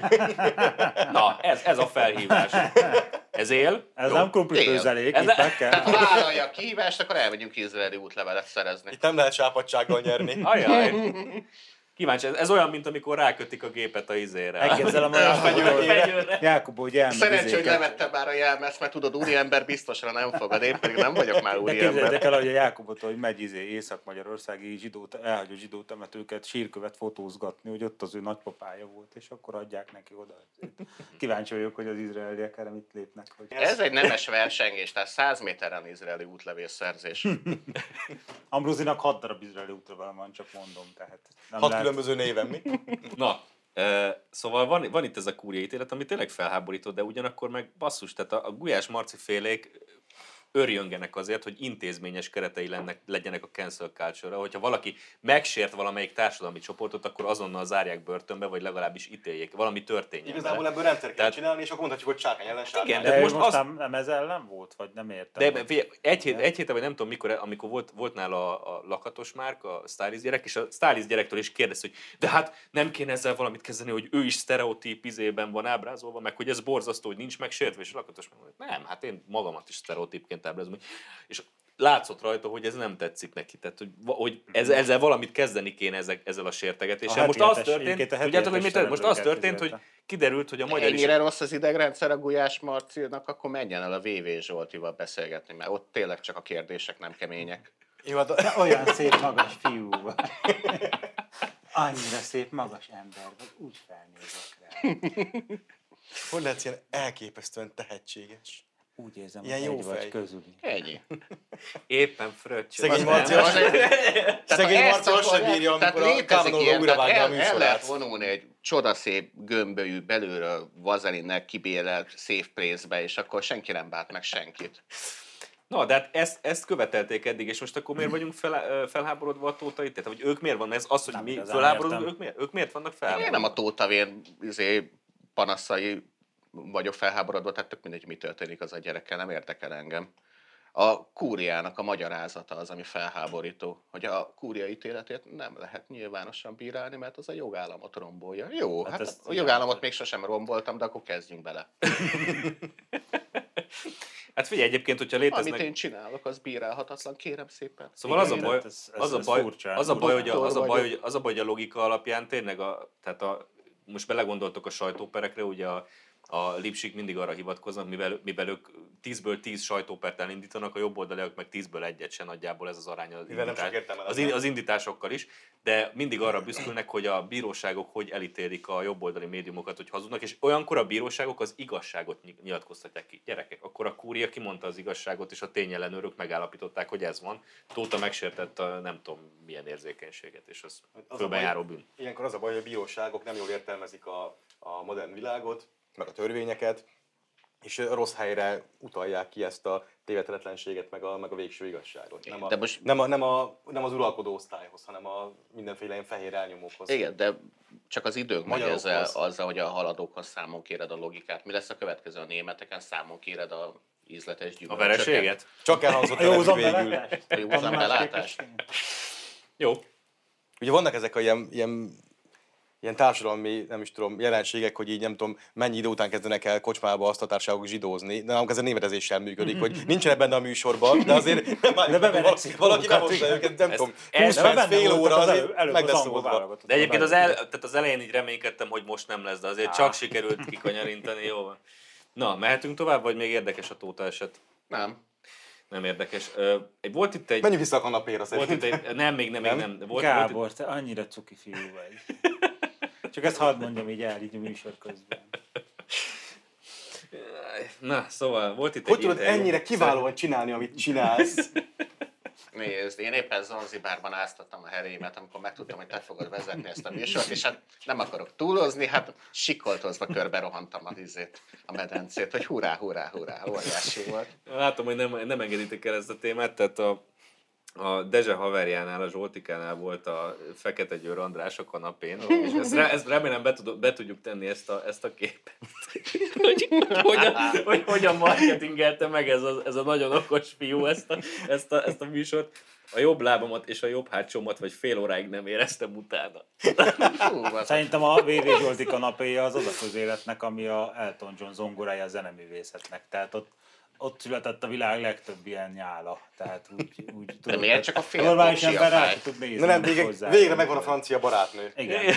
Na, ez a felhívás. Ez él? Ez nem krumpli főzelék, itt meg kell. Tehát ha vállalja a kihívást, akkor elmegyünk izraeli útlevelet szerezni. Itt nem lehet sápadsággal nyerni. Ajaj. Kíváncsi, ez olyan, mint amikor rákötik a gépet a izére. Elképzelem a fegyőre. Jákob, hogy elmegy. Szerencsé, hogy levettem már a jelmezt, mert tudod, úriember biztosra nem fogad, én pedig nem vagyok már úriember. Képzeljétek el, hogy a Jákobot, hogy megy észak-magyarországi elhagyó zsidó temetőket sírkövet fotózgatni, hogy ott az ő nagypapája volt, és akkor adják neki oda. Kíváncsi vagyok, hogy az izraeliek erre mit lépnek. Hogy... Ez egy nemes versengés, tehát 100 méteren izraeli útlevélszerzés. Ambrózinak 6 darab izraeli útlevél van, csak mondom. Tehát 6 különböző néven, mi? Na, szóval van itt ez a kúria ítélet, ami tényleg felháborító, de ugyanakkor meg basszus, tehát a Gulyás Marci félék örjöngenek azért, hogy intézményes keretei legyenek a cancel culture-ra. Hogyha valaki megsért valamelyik társadalmi csoportot, akkor azonnal zárják börtönbe, vagy legalábbis ítéljék. Valami történjen. Igazából ebből rendszer kell csinálni, és akkor mondhatjuk, hogy sárkány ellen sárkány. Igen, de most nem ez ellen volt? Vagy nem értem? De figyelj, egy héten, vagy nem tudom mikor, amikor volt nála a Lakatos Márk, a Stylish gyerek, és a Stylish gyerektől is kérdezi, hogy de hát nem kéne ezzel valamit kezdeni, hogy ő is sztereotíp izében van ábrázolva, meg hogy ez borzasztó, hogy nincs megsértve, és a Lakatos Márk mondja, nem, hát én magamat is sztereotípként ábrázolom. És látszott rajta, hogy ez nem tetszik neki, tehát hogy ezzel valamit kezdeni kéne ezzel a sértegetéssel. Most az történt, tudjátok, hogy mit? Most az történt, hogy kiderült, hogy a magyar ennyire rossz az idegrendszer a Gulyás Marcinak, akkor menjen el a VV Zsoltival beszélgetni, mert ott tényleg csak a kérdések nem kemények. Jó, de olyan szép magas fiú vagy. Annyira szép magas ember vagy, úgy felnézek rá. Hogy lehetsz ilyen elképesztően tehetséges? Úgy érzem, ilyen hogy jó egy fej. vagy közüli. Ennyi. Éppen fröccs. Szegény Marci azt sem bírja, amikor a Kámnóra újra vágja a műsorát. El lehet vonulni egy csodaszép gömbölyű, belülről vazelinnek kibélelt safe place-be, és akkor senki nem bánt meg senkit. Na, de hát ezt követelték eddig, és most akkor miért vagyunk felháborodva a Tóta ítéletre? Vagy ők miért van? Ez az, hogy nem mi felháborodunk, ők miért vannak felháborodva? Én nem a Tóta vér panaszai vagyok felháborodva, tehát tök mindegy, mi történik az a gyerekkel, nem érdekel engem. A kúriának a magyarázata az, ami felháborító, hogy a kúria ítéletét nem lehet nyilvánosan bírálni, mert az a jogállamot rombolja. Jó, hát a jogállamot még sosem romboltam, de akkor kezdjünk bele. Hát figyelj, egyébként, hogyha léteznek... Amit én csinálok, az bírálhatatlan, kérem szépen. Szóval az a baj, hogy a logika alapján tényleg most belegondoltok a sajtóperekre, ugye a Lipsik mindig arra hivatkoznak, mivel ők 10-ből 10 sajtópert elindítanak, a jobboldaliak meg 10-ből 1-et se, nagyjából ez az arány az indításokkal is, de mindig arra büszkülnek, hogy a bíróságok hogy elítélik a jobboldali médiumokat, hogy hazudnak, és olyankor a bíróságok az igazságot nyilatkoztatják ki. Gyerekek, akkor a kúria kimondta az igazságot, és a tényellenőrök megállapították, hogy ez van. Tóta megsértett a nem tudom milyen érzékenységet, és az fölbenjáró bűn. Ilyenkor az a baj, hogy a bíróságok nem jól értelmezik a modern világot, meg a törvényeket, és rossz helyre utalják ki ezt a tévedhetetlenséget, meg a végső igazságot. Nem az uralkodó osztályhoz, hanem a mindenféle ilyen fehér elnyomókhoz. Igen, de csak az idők megy ezzel, azzal, hogy a haladókhoz számon kéred a logikát. Mi lesz a következő? A németeken számon kéred a ízletes gyümölcsöket? A vereséget? Csak elhangzott a végül. A józan belátást? Jó. Ugye vannak ezek a ilyen ilyen társadalmi, nem is tudom, jelenségek, hogy így nem tudom, mennyi idő után kezdenek el kocsmába azt a társaságok zsidózni. De nálunk ez a névredezéssel működik, hogy nincsenek benne a műsorban, de azért valaki nem hozta őket, nem tudom, 20 perc, fél óra, azért meg lesz szólva. De egyébként az elején így reménykedtem, hogy most nem lesz, de azért csak sikerült kikanyarintani, jó van. Na, mehetünk tovább, vagy még érdekes a Tóta eset? Nem érdekes. Volt itt egy... Menjünk vissza a kanapéra szerintem. Nem. Gábor, te annyira cuki fiú vagy. Csak ezt hadd mondjam így el, így a műsor közben. Na, szóval volt itt hogy tudod ennyire kiválóan csinálni, amit csinálsz? Nézd, én éppen Zanzibárban áztattam a herémet, amikor megtudtam, hogy te fogod vezetni ezt a műsort, és hát nem akarok túlozni, hát sikoltozva körbe rohantam a medencét, hogy hurrá, óriási volt. Látom, hogy nem engeditek el ezt a témát, tehát a Dezse haverjánál, a Zsoltikánál volt a Fekete Győr András a kanapén, és ezt remélem be tudjuk tenni ezt a képet. hogy hogyan marketingelte meg ez a nagyon okos fiú ezt a műsort. A jobb lábamat és a jobb hátsómat vagy fél óráig nem éreztem utána. Szerintem a VV Zsolti kanapéja az az a közéletnek, ami a Elton John zongorája a zeneművészetnek. Tehát ott született a világ legtöbb ilyen nyála. Tehát úgy de miért csak a fél normális ember rá tud nézni. Nem, végre megvan a francia barátnő. Igen.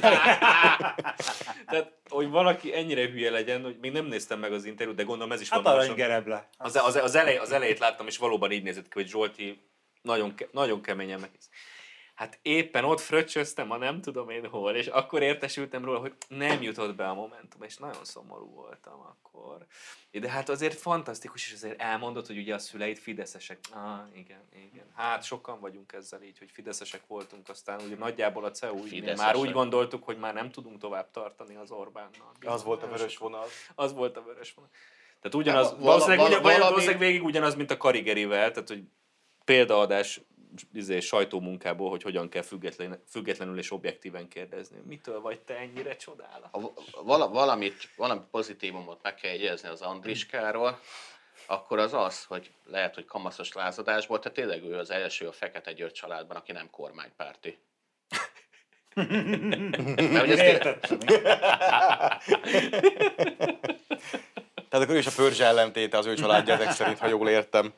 Tehát, hogy valaki ennyire hülye legyen, hogy még nem néztem meg az interjút, de gondolom ez is van. Hát aranygereble. Az elejét láttam, és valóban így nézett ki, hogy Zsolti nagyon keményen meghisz. Hát éppen ott fröccsöztem, nem tudom én hol, és akkor értesültem róla, hogy nem jutott be a Momentum, és nagyon szomorú voltam akkor. De hát azért fantasztikus, és azért elmondott, hogy ugye a szüleid fideszesek. Igen. Hát sokan vagyunk ezzel így, hogy fideszesek voltunk, aztán ugye nagyjából a CEU már úgy gondoltuk, hogy már nem tudunk tovább tartani az Orbánnal. Az volt a vörös vonal. Az volt a vörös vonal. Tehát ugyanaz, valószínűleg végig ugyanaz, mint a Karigerivel, tehát hogy példaadás sajtómunkából, hogy hogyan kell függetlenül és objektíven kérdezni. Mitől vagy te ennyire csodálat? Valami pozitívumot meg kell jegyezni az Andriskáról, akkor az, hogy lehet, hogy kamaszos lázadásból, tehát tényleg ő az első a Fekete Győr családban, aki nem kormánypárti. Tehát akkor ő is a Pörzse ellentéte az ő családja ezek szerint, ha jól értem.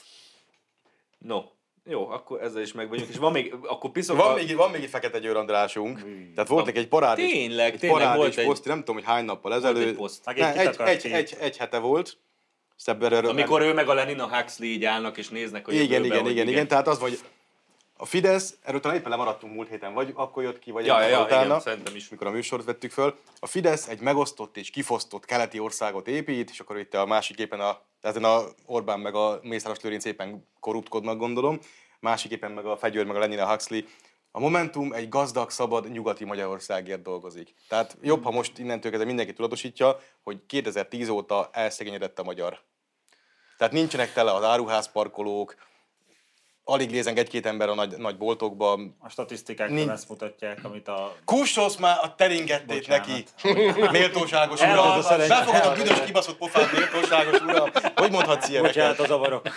No. Jó, akkor ezzel is meg vagyunk. És van még, akkor van még egy Fekete Győr Andrásunk. Tehát volt neki egy parádés. Tényleg volt egy poszt, nem tudom, hogy hány nappal ezelőtt. Egy hete volt. Amikor ő meg a Lenina Huxley így állnak és néznek, hogy igen. Tehát az, hogy a Fidesz, erről talán éppen lemaradtunk múlt héten, vagy akkor jött ki, vagy utána, igen, szerintem is. Mikor a műsort vettük föl. A Fidesz egy megosztott és kifosztott keleti országot épít, és akkor itt a másik éppen ezen a Orbán meg a Mészáros Lőrinc éppen korruptkodnak, gondolom. Másik éppen meg a Fegyőr meg a Lenina Huxley. A Momentum egy gazdag, szabad, nyugati Magyarországért dolgozik. Tehát jobb, ha most innentől kezdve mindenki tudatosítja, hogy 2010 óta elszegényedett a magyar. Tehát nincsenek tele az áruházparkolók, alig lézeng egy-két ember a nagy boltokban. A statisztikák ezt mutatják, amit a... Kussolsz már a teringettét neki, méltóságos uram! Befogad a büdös kibaszott pofát, méltóságos uram! Hogy mondhatsz ilyeneket? Bocsánat, az avarok.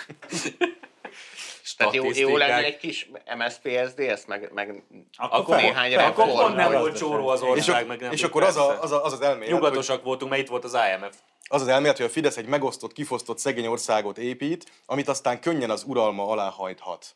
Tehát jó lenne egy kis MSZP-SZDSZ, meg akkor néhány reform. Akkor nem volt csóró az ország, meg nem. És akkor az elmélet... Nyugatosak voltunk, mert itt volt az IMF. Az az elmélet, hogy a Fidesz egy megosztott, kifosztott szegény országot épít, amit aztán könnyen az uralma alá hajthat.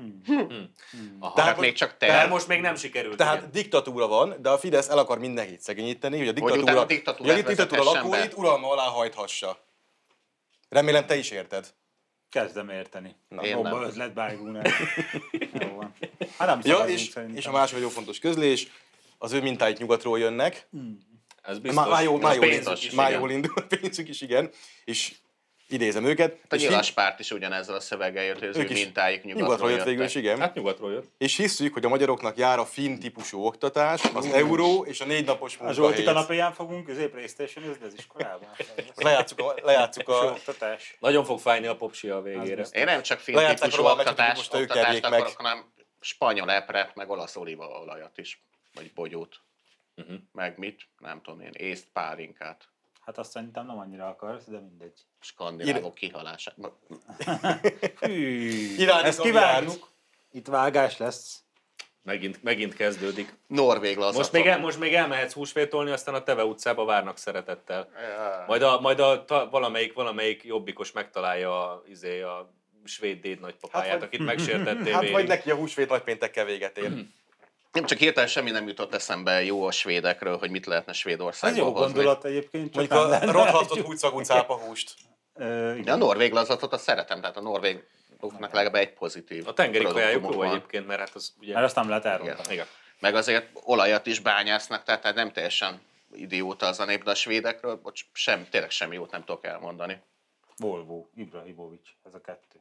Tehát még csak te. Tehát most még nem sikerült. Tehát diktatúra van, de a Fidesz el akar mindenkit szegényíteni, hogy a diktatúra lakóit uralma alá hajthassa. Remélem te is érted. Kezdem érteni. Abba ötletbájgónál. Jó van. És a másik nagyon fontos közlés, az ő mintáit nyugatról jönnek. Ez biztos. Már jól indul a pénzük is, igen. És idézem őket. A Nyilas párt is ugyanezzel a szöveggel jött, hogy az ő mintáik nyugatról jött végül is, igen. Hát nyugatról jött. És hisszük, hogy a magyaroknak jár a finn típusú oktatás, az euró és a 4 napos munkahét. A Zsolti kanapéján fogunk PlayStation-özni az iskolában. Lejátszuk a... oktatás. Nagyon fog fájni a popsia a végére. Én nem csak finn típusú oktatást akarok, hanem spanyol epret, meg olasz olívaolajat is. Vagy bogyót. Meg mit? Nem tudom én. Észt pálinkát. Hát azt szerintem nem annyira akarsz, de mindegy. Skandinávok kihalását. Ezt kivárjuk. Itt vágás lesz. Megint kezdődik. Norvég lazatok. Most még elmehetsz húsvétolni, aztán a Teve utcába várnak szeretettel. Majd valamelyik jobbikos megtalálja a svéd déd nagypapáját, akit megsértettél. Hát vagy neki a húsvét nagypéntekkel véget ér. Nem, csak hirtelen semmi nem jutott eszembe jó a svédekről, hogy mit lehetne Svédországból hozni. Ez jó gondolat egyébként. Mondjuk a rothasztott húgyszagú cápahúst. A norvég lazatot azt szeretem, tehát a norvégoknak legalább egy pozitív. A tengeri kajájuk jó egyébként, mert hát az ugye... Mert azt nem lehet elrontani. Meg azért olajat is bányásznak, tehát nem teljesen idióta az a nép, de a svédekről tényleg semmi jót nem tudok elmondani. Volvo, Ibrahimovic, ez a kettő.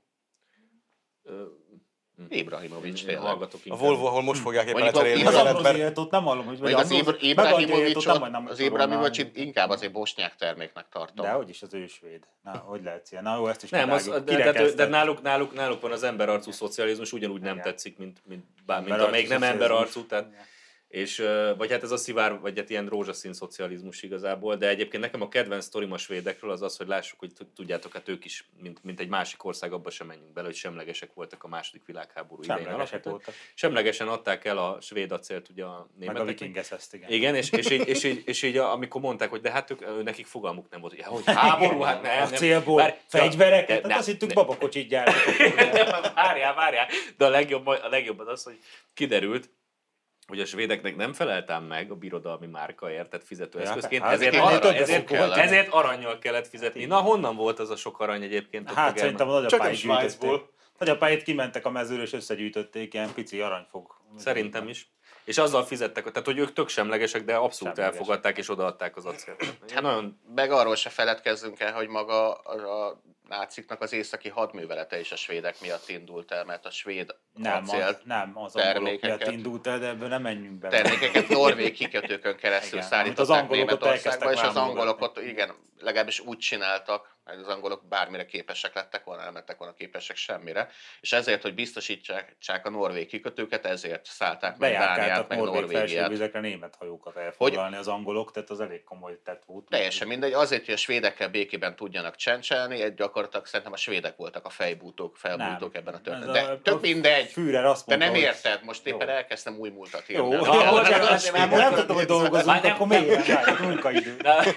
Ibrahimovic tényleg. A Volvo, ahol most fogják éppen lecserélni az Ambroziét, ott nem hallom, hogy az Ibrahimovicot inkább azért bosnyák terméknek tartom. De hogy is az ő svéd. Na, hogy lehetsz ilyen? Na jó, ezt is nem, de náluk van az emberarcú szocializmus, ugyanúgy nem tetszik, mint amelyik nem emberarcú, tehát... És, vagy hát ez a szivár, vagy hát ilyen rózsaszín szocializmus igazából, de egyébként nekem a kedvenc sztorim a svédekről az, hogy lássuk, hogy tudjátok, hát ők is, mint egy másik ország, abba sem menjünk bele, hogy semlegesek voltak a második világháború idején. Semlegesek voltak. Semlegesen adták el a svéd acélt ugye a németek. Meg a vikingeszeszt, igen. Igen, és így amikor mondták, hogy de hát nekik fogalmuk nem volt, hogy háború, hát nem. Acélból, fegyvereket, hát azt hittük babakocsit gyártottak. Várjál, de a legjobb az, hogy kiderült, hogy a svédeknek nem feleltem meg a birodalmi márkaért, tehát fizetőeszközként, ezért arannyal kellett fizetni. Na, honnan volt az a sok arany egyébként? Hát szerintem a nagyapáit gyűjtötték. Nagyapáit kimentek a mezőre és összegyűjtötték ilyen pici aranyfog. Szerintem is. És azzal fizettek, tehát hogy ők tök semlegesek, de abszolút elfogadták és odaadták az acélt. Hát nagyon... Meg arról se feledkezzünk el, hogy maga a náciknak az északi hadművelete is a svédek miatt indult el, mert a svéd nem az angolok miatt indult el, de ebből nem menjünk bele. Termékeket norvég kikötőkön keresztül szállították Németországba, és az angolok ott, igen, legalábbis úgy csináltak, hogy az angolok bármire képesek lettek volna, elmentek volna képesek semmire, és ezért, hogy biztosítsák a norvég kikötőket, ezért szállták meg Dániát, meg Norvégiát. Felsővizekre német hajókat elfoglalni az angolok, tehát az elég komoly tett volt. Teljesen mindegy, azért, hogy a svédekkel békében tudjanak csencselni, gyakorlatilag szerintem a svédek voltak a felbújtók ebben a történetben. De tök mindegy, de nem érted, most éppen elkezdtem új múltat írni. Jó, nem tudom, hogy dolgozunk, akkor miért munkaidő.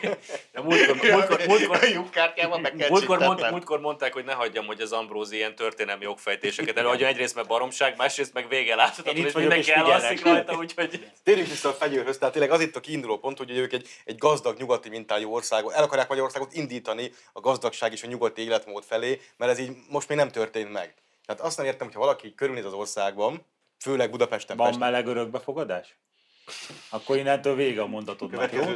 Múltkor mondták, hogy ne hagyjam, hogy az Ambrózi ilyen történelmi jogfejtéseket előadja. Egyrészt meg baromság, másrészt meg vége láthatatlan, és mindenki elalszik rajta, úgyhogy... Térjünk vissza a fegyőrhöz, tehát tényleg az itt a kiinduló pont, hogy ők egy gazdag nyugati mintájú országot, el akarják Magyarországot indítani a gazdagság és a nyugati életmód felé, mert ez így most még nem történt meg. Tehát azt nem értem, hogyha valaki körülnéz az országban, főleg Budapesten. Van meleg örökbefogadás? Akkor innentől vége a mondatodnak, jó?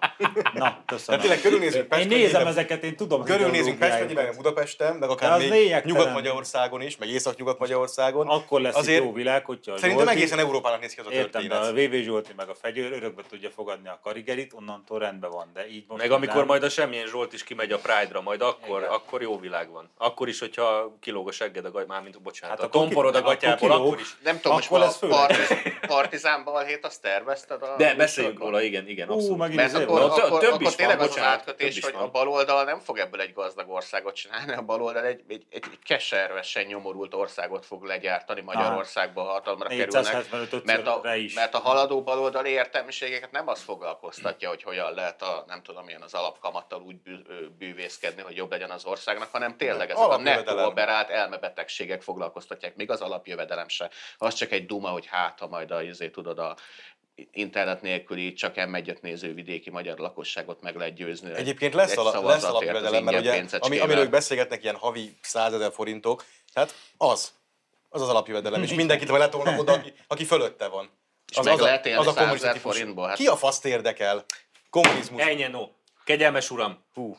Na, köszönöm. Tehát körülnézünk Pesten. Én nézem ezeket, én tudom. Körülnézünk Pesten, meg Budapesten, meg akár még Nyugat-Magyarországon is, meg Észak-Nyugat-Magyarországon. Akkor lesz egy jó világ, hogyha szerintem egészen Európának néz ki az a történet. Értem, a VV Zsolti meg a Fegyőr örökbe tudja fogadni a Karigerit, onnantól rendben van, de így most... Meg amikor majd a semmilyen Zsolt is kimegy a Pride-ra, majd akkor jó világ van. Akkor is, hogyha kilóg a segged a gatyából, bocsánat, a tomporod a gatyából, akkor is. Nem tudom, most a Partizán balhét azt tervezted a... De beszéljünk róla, igen, abszolút. Mert akkor tényleg az átkötés, hogy a baloldal nem fog ebből egy gazdag országot csinálni, a baloldal egy keservesen nyomorult országot fog legyártani Magyarországba, ha hatalomra kerülnek. Mert a haladó baloldali értelmiségeket nem az foglalkoztatja, hogy hogyan lehet nem tudom milyen az alapkamattal úgy bűvészkedni, hogy jobb legyen az országnak, hanem tényleg ezek a nettó operált elmebetegségek foglalkoztatják, még az alapjövedelem se. Az csak egy duma, hogy ha majd tudod a internet nélküli csak M1-et néző vidéki magyar lakosságot meg lehet győzni. Egyébként lesz alapjövedelem, mert ugye, amiről beszélgetnek ilyen havi 100 000 forintok, tehát az alapjövedelem, és mindenkit letolnak oda, aki fölötte van. És meg lehet élni 100 000 forintból. Hát. Ki a faszt érdekel? Kommunizmus. Ennyi, no. Kegyelmes uram. Hú.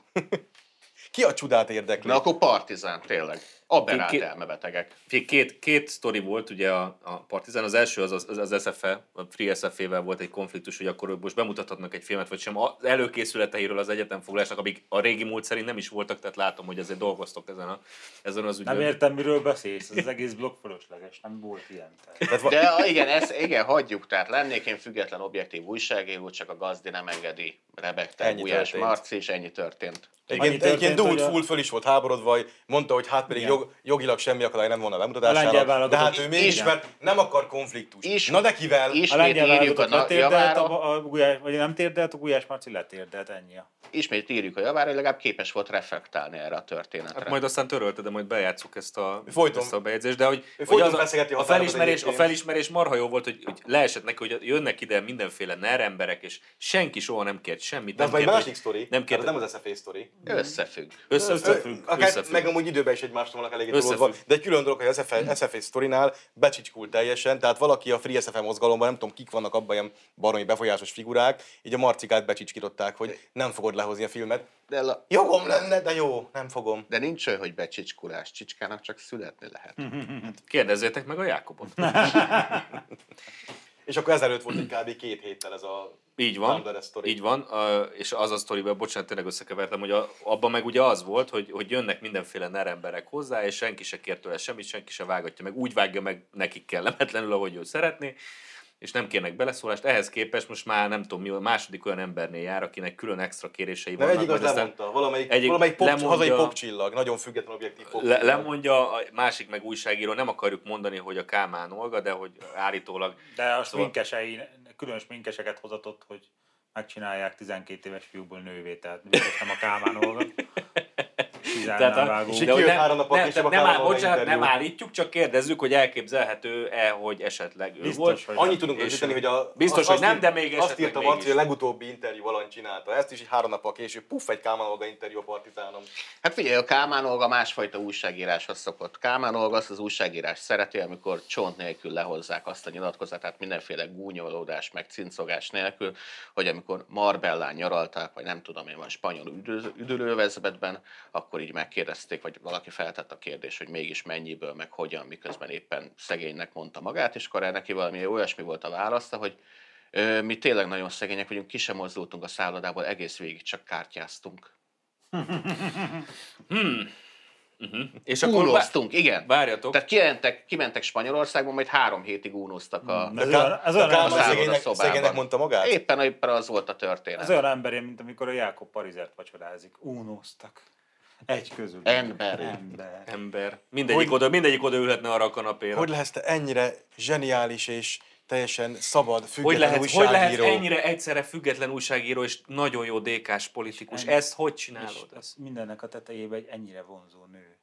Ki a csodát érdekli? Na akkor Partizán, tényleg. Aberrált elmebetegek. Két sztori volt ugye a Partizán. Az első az SFE, a Free SFE-vel volt egy konfliktus, hogy akkor most bemutathatnak egy filmet, vagy sem. Az előkészületeiről az egyetemfoglalásnak, amik a régi múlt szerint nem is voltak, tehát látom, hogy azért dolgoztok ezen az ügyön. Nem értem, miről beszélsz, az egész blokk fölösleges, nem volt ilyen. De igen, hagyjuk, tehát lennék én független objektív újságíró, csak a gazdi nem engedi rebegte Gulyás Marci, és ennyi történt. Egyébként Dúlt föl is volt háborodva, mondta, hogy hát pedig jogilag semmi akadály nem volna a bemutatására, de hát ő mégis, mert nem akar konfliktus. Na de kivel? A lengyel válogatott letérdelt, vagy nem térdelt, a Gulyás Marci letérdelt, ennyi. Ismét írjuk a javára, hogy legalább képes volt reflektálni erre a történetre. Hát majd aztán törölte, de majd bejátsszuk ezt a bejegyzést, de hogy a felismerés marha jó volt, hogy leesett neki, hogy jönnek ide mindenféle NER emberek, és senki soha nem kért semmit. De ez egy másik sztori, nem az SFA sztori. Összefügg. Meg amúgy időben is egymástól vannak eléggé tolódva, de egy külön dolog, hogy az SFA sztorinál becsicskul teljesen, tehát valaki a Free SFA mozgalomban, nem tudom kik vannak abban ilyen baromi befolyásos figurák, így a Marcikát becsicskították, hogy nem fogod lehozni a filmet. Jogom lenne, de jó, nem fogom. De nincs olyan, hogy becsicskulás, csicskának csak születni lehet. Kérdezzétek meg a Jákobot. És akkor ezelőtt volt egy kb. 2 héttel ez a így van, és az a sztoriban, bocsánat, tényleg összekevertem, hogy abban meg ugye az volt, hogy jönnek mindenféle NER emberek hozzá, és senki se kér tőle semmit, senki se vágatja meg, úgy vágja meg nekik kellemetlenül, ahogy ő szeretné, és nem kérnek beleszólást. Ehhez képest most már nem tudom mi, a második olyan embernél jár, akinek külön extra kérései vannak. Egyik az lemondta, valamelyik hazai popcsillag, nagyon független objektív popcsillag. Lemondja, a másik meg újságíró, nem akarjuk mondani, hogy a Kálmán Olga, de hogy állítólag... De a sminkesei, külön sminkeseket hozatott, hogy megcsinálják 12 éves fiúból nővé, tehát nem a Kálmán Olga. Nem állítjuk, csak kérdezzük, hogy elképzelhető-e, hogy esetleg ő volt. Annyit tudunk rögzíteni, hogy biztos, hogy nem, de még azt írta Marci, hogy a legutóbbi interjú alany csinálta ezt is, így 3 nappal később, egy Kálmán Olga interjú a Partizánon. Hát figyelj, a Kálmán Olga másfajta újságíráshoz szokott. Kálmán Olga azt az újságírás szereti, amikor csont nélkül lehozzák azt a nyilatkozatát, mindenféle gúnyolódás, meg cincogás nélkül, hogy amikor Marbellán nyaralták, vagy nem tudom én, van spanyol üdülővezetben, akkor így megkérdezték, vagy valaki feltett a kérdést, hogy mégis mennyiből, meg hogyan, miközben éppen szegénynek mondta magát, és akkor neki valami olyasmi volt a válasza, hogy mi tényleg nagyon szegények vagyunk, ki sem mozdultunk a szállodából, egész végig csak kártyáztunk. És akkor únoztunk, igen. Várjatok. Tehát kimentek Spanyolországba, majd 3 hétig únoztak a szegénynek mondta magát? Éppen az volt a történet. Az olyan emberi, mint amikor a Jákob Parizert vacsorázik. Únoztak. Egy közül. Ember. Mindegyik oda ülhetne arra a kanapéra. Hogy lehetsz te ennyire zseniális és teljesen szabad, független újságíró? Hogy lehet ennyire egyszerre független újságíró és nagyon jó DK-s politikus? Ezt hogy csinálod? Mindennek a tetejében egy ennyire vonzó nő.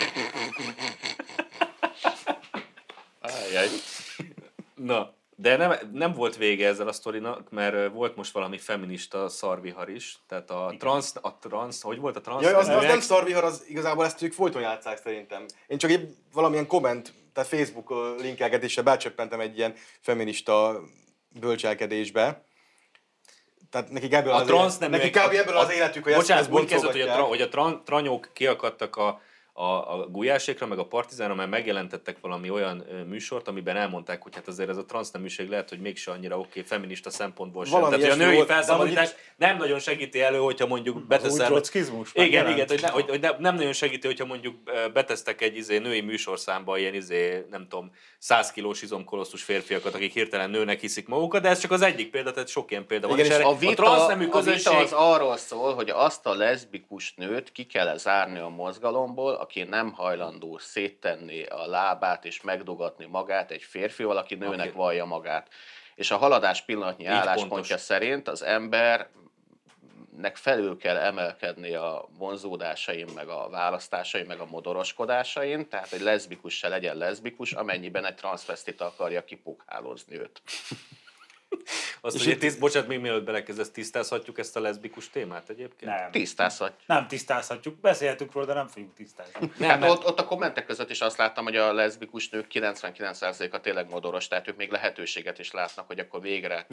Na, de nem volt vége ezzel a sztorinak, mert volt most valami feminista szarvihar is. Tehát a transz, hogy volt a transz? Ja, az nem szarvihar, az igazából ezt ők folyton játsszák szerintem. Én csak egy valamilyen komment, tehát Facebook linkelgetésre becsöppentem egy ilyen feminista bölcselkedésbe. Tehát nekik ebből az életük, hogy ezt boncolgatják. Hogy a tranyók kiakadtak a Gulyásékra, meg a Partizánra, mert megjelentettek valami olyan műsort, amiben elmondták, hogy hát azért ez a transzneműség lehet, hogy mégse annyira oké feminista szempontból sem. Tehát, hogy a női felszabadítás nem nagyon segíti elő, hogyha mondjuk beteszel... Igen, hogy nem nagyon segíti, hogyha mondjuk betesztek egy női műsorszámba ilyen nem tudom, 100 kilós izomkolosszus férfiakat, akik hirtelen nőnek hiszik magukat, de ez csak az egyik példa, tehát sok ilyen példa van. Igen, a vita az arról szól, hogy azt a leszbikus nőt ki kell zárni a mozgalomból, aki nem hajlandó széttenni a lábát és megdogatni magát egy férfival, aki nőnek vallja magát. És a haladás pillanatnyi álláspontja szerint az embernek felül kell emelkedni a vonzódásain, meg a választásain, meg a modoroskodásain, tehát egy leszbikus se legyen leszbikus, amennyiben egy transzvesztita akarja kipukhálózni őt. Bocsánat, még mielőtt belekezdesz, tisztázhatjuk ezt a leszbikus témát egyébként? Nem. Tisztázhatjuk. Nem tisztázhatjuk, beszélhetünk róla, de nem fogjuk tisztázni. Ott a kommentek között is azt láttam, hogy a leszbikus nők 99%-a tényleg modoros, tehát ők még lehetőséget is látnak, hogy akkor végre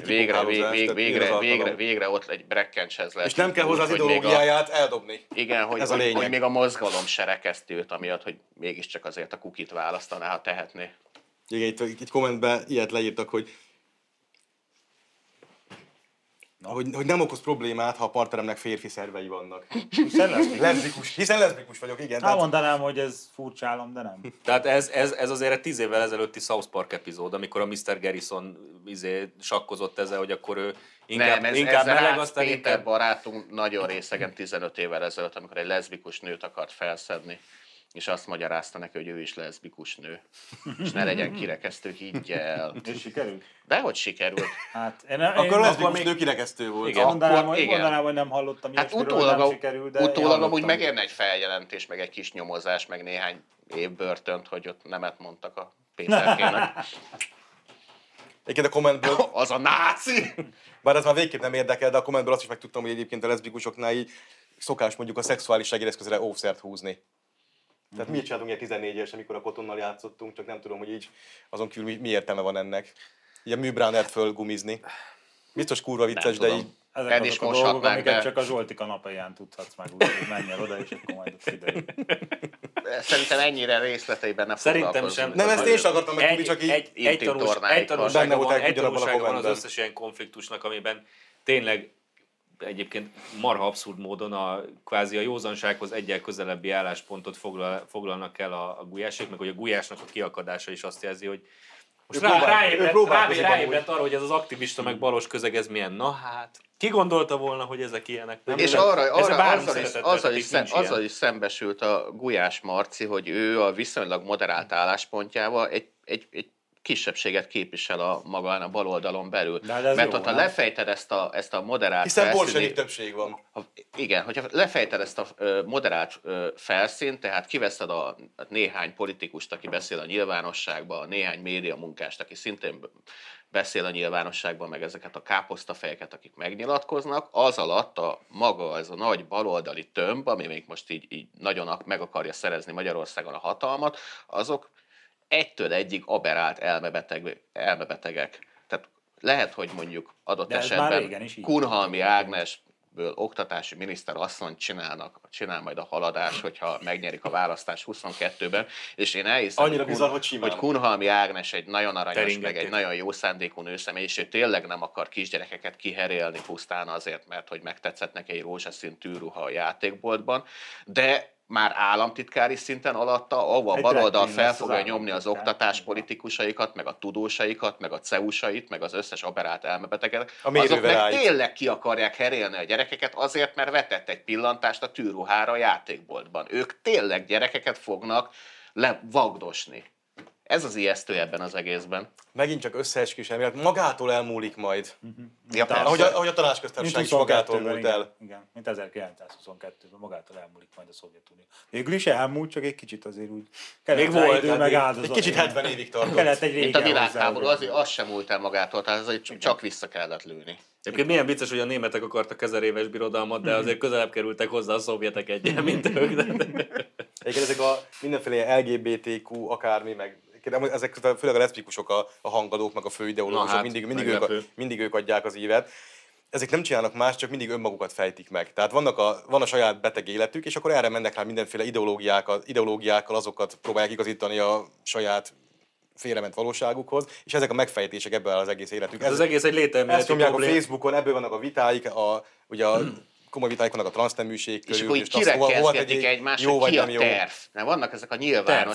ott egy brekkencshez lesz. És nem kell hozzá az ideológiáját eldobni. Igen, hogy még a mozgalom se rekeszti őt, amiatt, hogy mégiscsak azért a kukit választaná, ha tehetné. Igen, itt kommentben ilyet leírtak, hogy nem okoz problémát, ha a partneremnek férfi szervei vannak. Hiszen leszbikus vagyok, igen. Hát mondanám, hogy ez furcsálom, de nem. Tehát ez azért egy 10 évvel ezelőtti South Park epizód, amikor a Mr. Garrison sakkozott ezzel, hogy akkor ő inkább meleg, aztán Péter barátunk nagyon részegen 15 évvel ezelőtt, amikor egy leszbikus nőt akart felszedni és azt magyarázta neki, hogy ő is leszbikus nő. És ne legyen kirekesztő, higgy el. És sikerült? Dehogy sikerült. Hát, akkor leszbikus nő kirekesztő volt. Igen, mondanám, hogy nem hallottam ilyesmiről, nem sikerült, de utólag amúgy megérne egy feljelentés, meg egy kis nyomozás, meg néhány év börtönt, hogy ott nemet mondtak a Péterkének. Egyébként a kommentből... Az a náci! Bár ez már végképp nem érdekel, de a kommentből azt is megtudtam, hogy egyébként a leszbikusoknál így szokás mondjuk a szexuális segédeszközre óvszert húzni. Tehát mi csináltunk ilyen 14 évesen, amikor a Kotonnal játszottunk, csak nem tudom, hogy így azon kívül mi értelme van ennek. Így a műbránert fölgumizni. Biztos kurva vicces, de így... Ezek azok a dolgok, amiket csak a Zsolti kanapeján tudhatsz meg, úgyhogy menj el oda, és akkor majd ott kiderül. Szerintem ennyire részleteiben ne foglalkozunk. Sem. Nem, ezt én sem akartam megtudni, csak így... Egy tanulsága van az összes ilyen konfliktusnak, amiben tényleg egyébként marha abszurd módon kvázi a józansághoz egyel közelebbi álláspontot foglalnak el a gulyásék, meg hogy a gulyásnak a kiakadása is azt jelzi, hogy most ráébredt arra, hogy ez az aktivista meg balos közeg, ez milyen. Na hát, ki gondolta volna, hogy ezek ilyenek? Nem? És azzal is szembesült a Gulyás Marci, hogy ő a viszonylag moderált álláspontjával egy kisebbséget képvisel a baloldalon belül. Mert ha lefejted ezt a moderált hiszen bolsevik többség van. Igen, hogyha lefejted ezt a moderált felszínt, tehát kiveszed a néhány politikust, aki beszél a nyilvánosságban, a néhány média munkást, aki szintén beszél a nyilvánosságban, meg ezeket a káposztafejeket, akik megnyilatkoznak, az alatt ez a nagy baloldali tömb, ami még most így nagyon meg akarja szerezni Magyarországon a hatalmat, azok egytől egyig aberált elmebetegek. Tehát lehet, hogy mondjuk adott esetben Kunhalmi Ágnesből oktatási miniszter asszony csinál majd a haladás, hogyha megnyerik a választás 22-ben, és én elhiszem, hogy Kunhalmi Ágnes egy nagyon aranyos, meg egy nagyon jó szándékú nőszemély, és ő tényleg nem akar kisgyerekeket kiherélni pusztán azért, mert hogy megtetszett neki egy rózsaszín tűruha a játékboltban, de már államtitkári szinten alatta, ahol a baloldal fel fogja nyomni az oktatáspolitikusaikat, meg a tudósaikat, meg a CEU-sait, meg az összes aberált elmebeteget, azok meg tényleg ki akarják herélni a gyerekeket azért, mert vetett egy pillantást a tűruhára a játékboltban. Ők tényleg gyerekeket fognak levagdosni. Ez az ijesztő ebben az egészben. Megint csak összeesküvés elmélet, magától elmúlik majd. Ja, ahogy a tanácsköztársaság is magától múlt el. Igen, mint 1922-ben magától elmúlik majd a Szovjetunió. Végül is elmúlt, csak egy kicsit azért úgy még volt idő, meg áldozat. Egy kicsit 70 évig tartott. Mint a világháború, az sem múlt el magától, tehát azért csak vissza kellett lőni. Egyébként milyen vicces, hogy a németek akartak 1000 éves birodalmat, de azért közelebb kerültek hozzá a szovjetek egyen, mint ők. Egyébként ezek a mindenféle LGBTQ akármi, meg ezek főleg a leszbikusok, a hangadók, meg a főideológusok, mindig ők adják az ívet. Ezek nem csinálnak más, csak mindig önmagukat fejtik meg. Tehát van a saját beteg életük, és akkor erre mennek rá mindenféle ideológiákkal, azokat próbálják igazítani a saját félrement valóságukhoz, és ezek a megfejtések ebből az egész életük. Ez az egész egy lételméleti probléma. Ezt nyomják a Facebookon, ebből vannak a vitáik, ugye a komoly vitáik vannak a transzneműség körül. És akkor kirekeszgetik egymást, hogy ki a terv. Mert vannak ezek a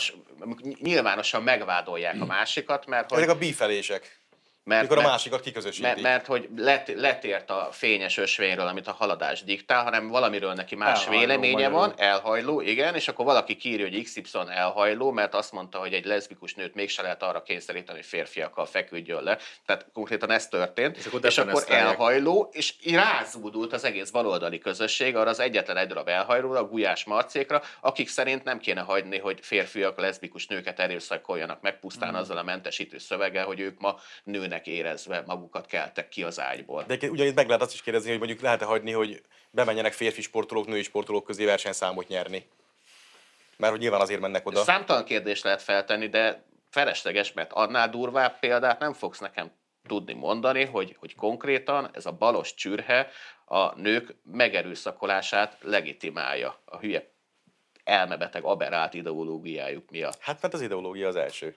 nyilvánosan megvádolják a másikat, mert hogy... Ezek a bífelések. Mikor a másikat kiközösítik. Mert hogy letért a fényes ösvényről, amit a haladás diktál, hanem valamiről neki más véleménye van, elhajló, igen, és akkor valaki kiírja, hogy XY elhajló, mert azt mondta, hogy egy leszbikus nőt mégse lehet arra kényszeríteni, hogy férfiakkal feküdjön le. Tehát konkrétan ez történt. És akkor elhajló, és rázúdult az egész baloldali közösség arra az egyetlen egy darab elhajlóra, a Gulyás Marcékra, akik szerint nem kéne hagyni, hogy férfiak leszbikus nőket erőszakoljanak meg pusztán azzal a mentesítő szöveggel, hogy ők ma nőnek érezve magukat keltek ki az ágyból. De ugyanígy meg lehet azt is kérdezni, hogy mondjuk lehet-e hagyni, hogy bemenjenek férfi sportolók, női sportolók közé versenyszámot nyerni. Mert hogy nyilván azért mennek oda. Számtalan kérdést lehet feltenni, de felesleges, mert annál durvább példát nem fogsz nekem tudni mondani, hogy konkrétan ez a balos csürhe a nők megerőszakolását legitimálja a hülye elmebeteg aberrált ideológiájuk miatt. Hát mert az ideológia az első.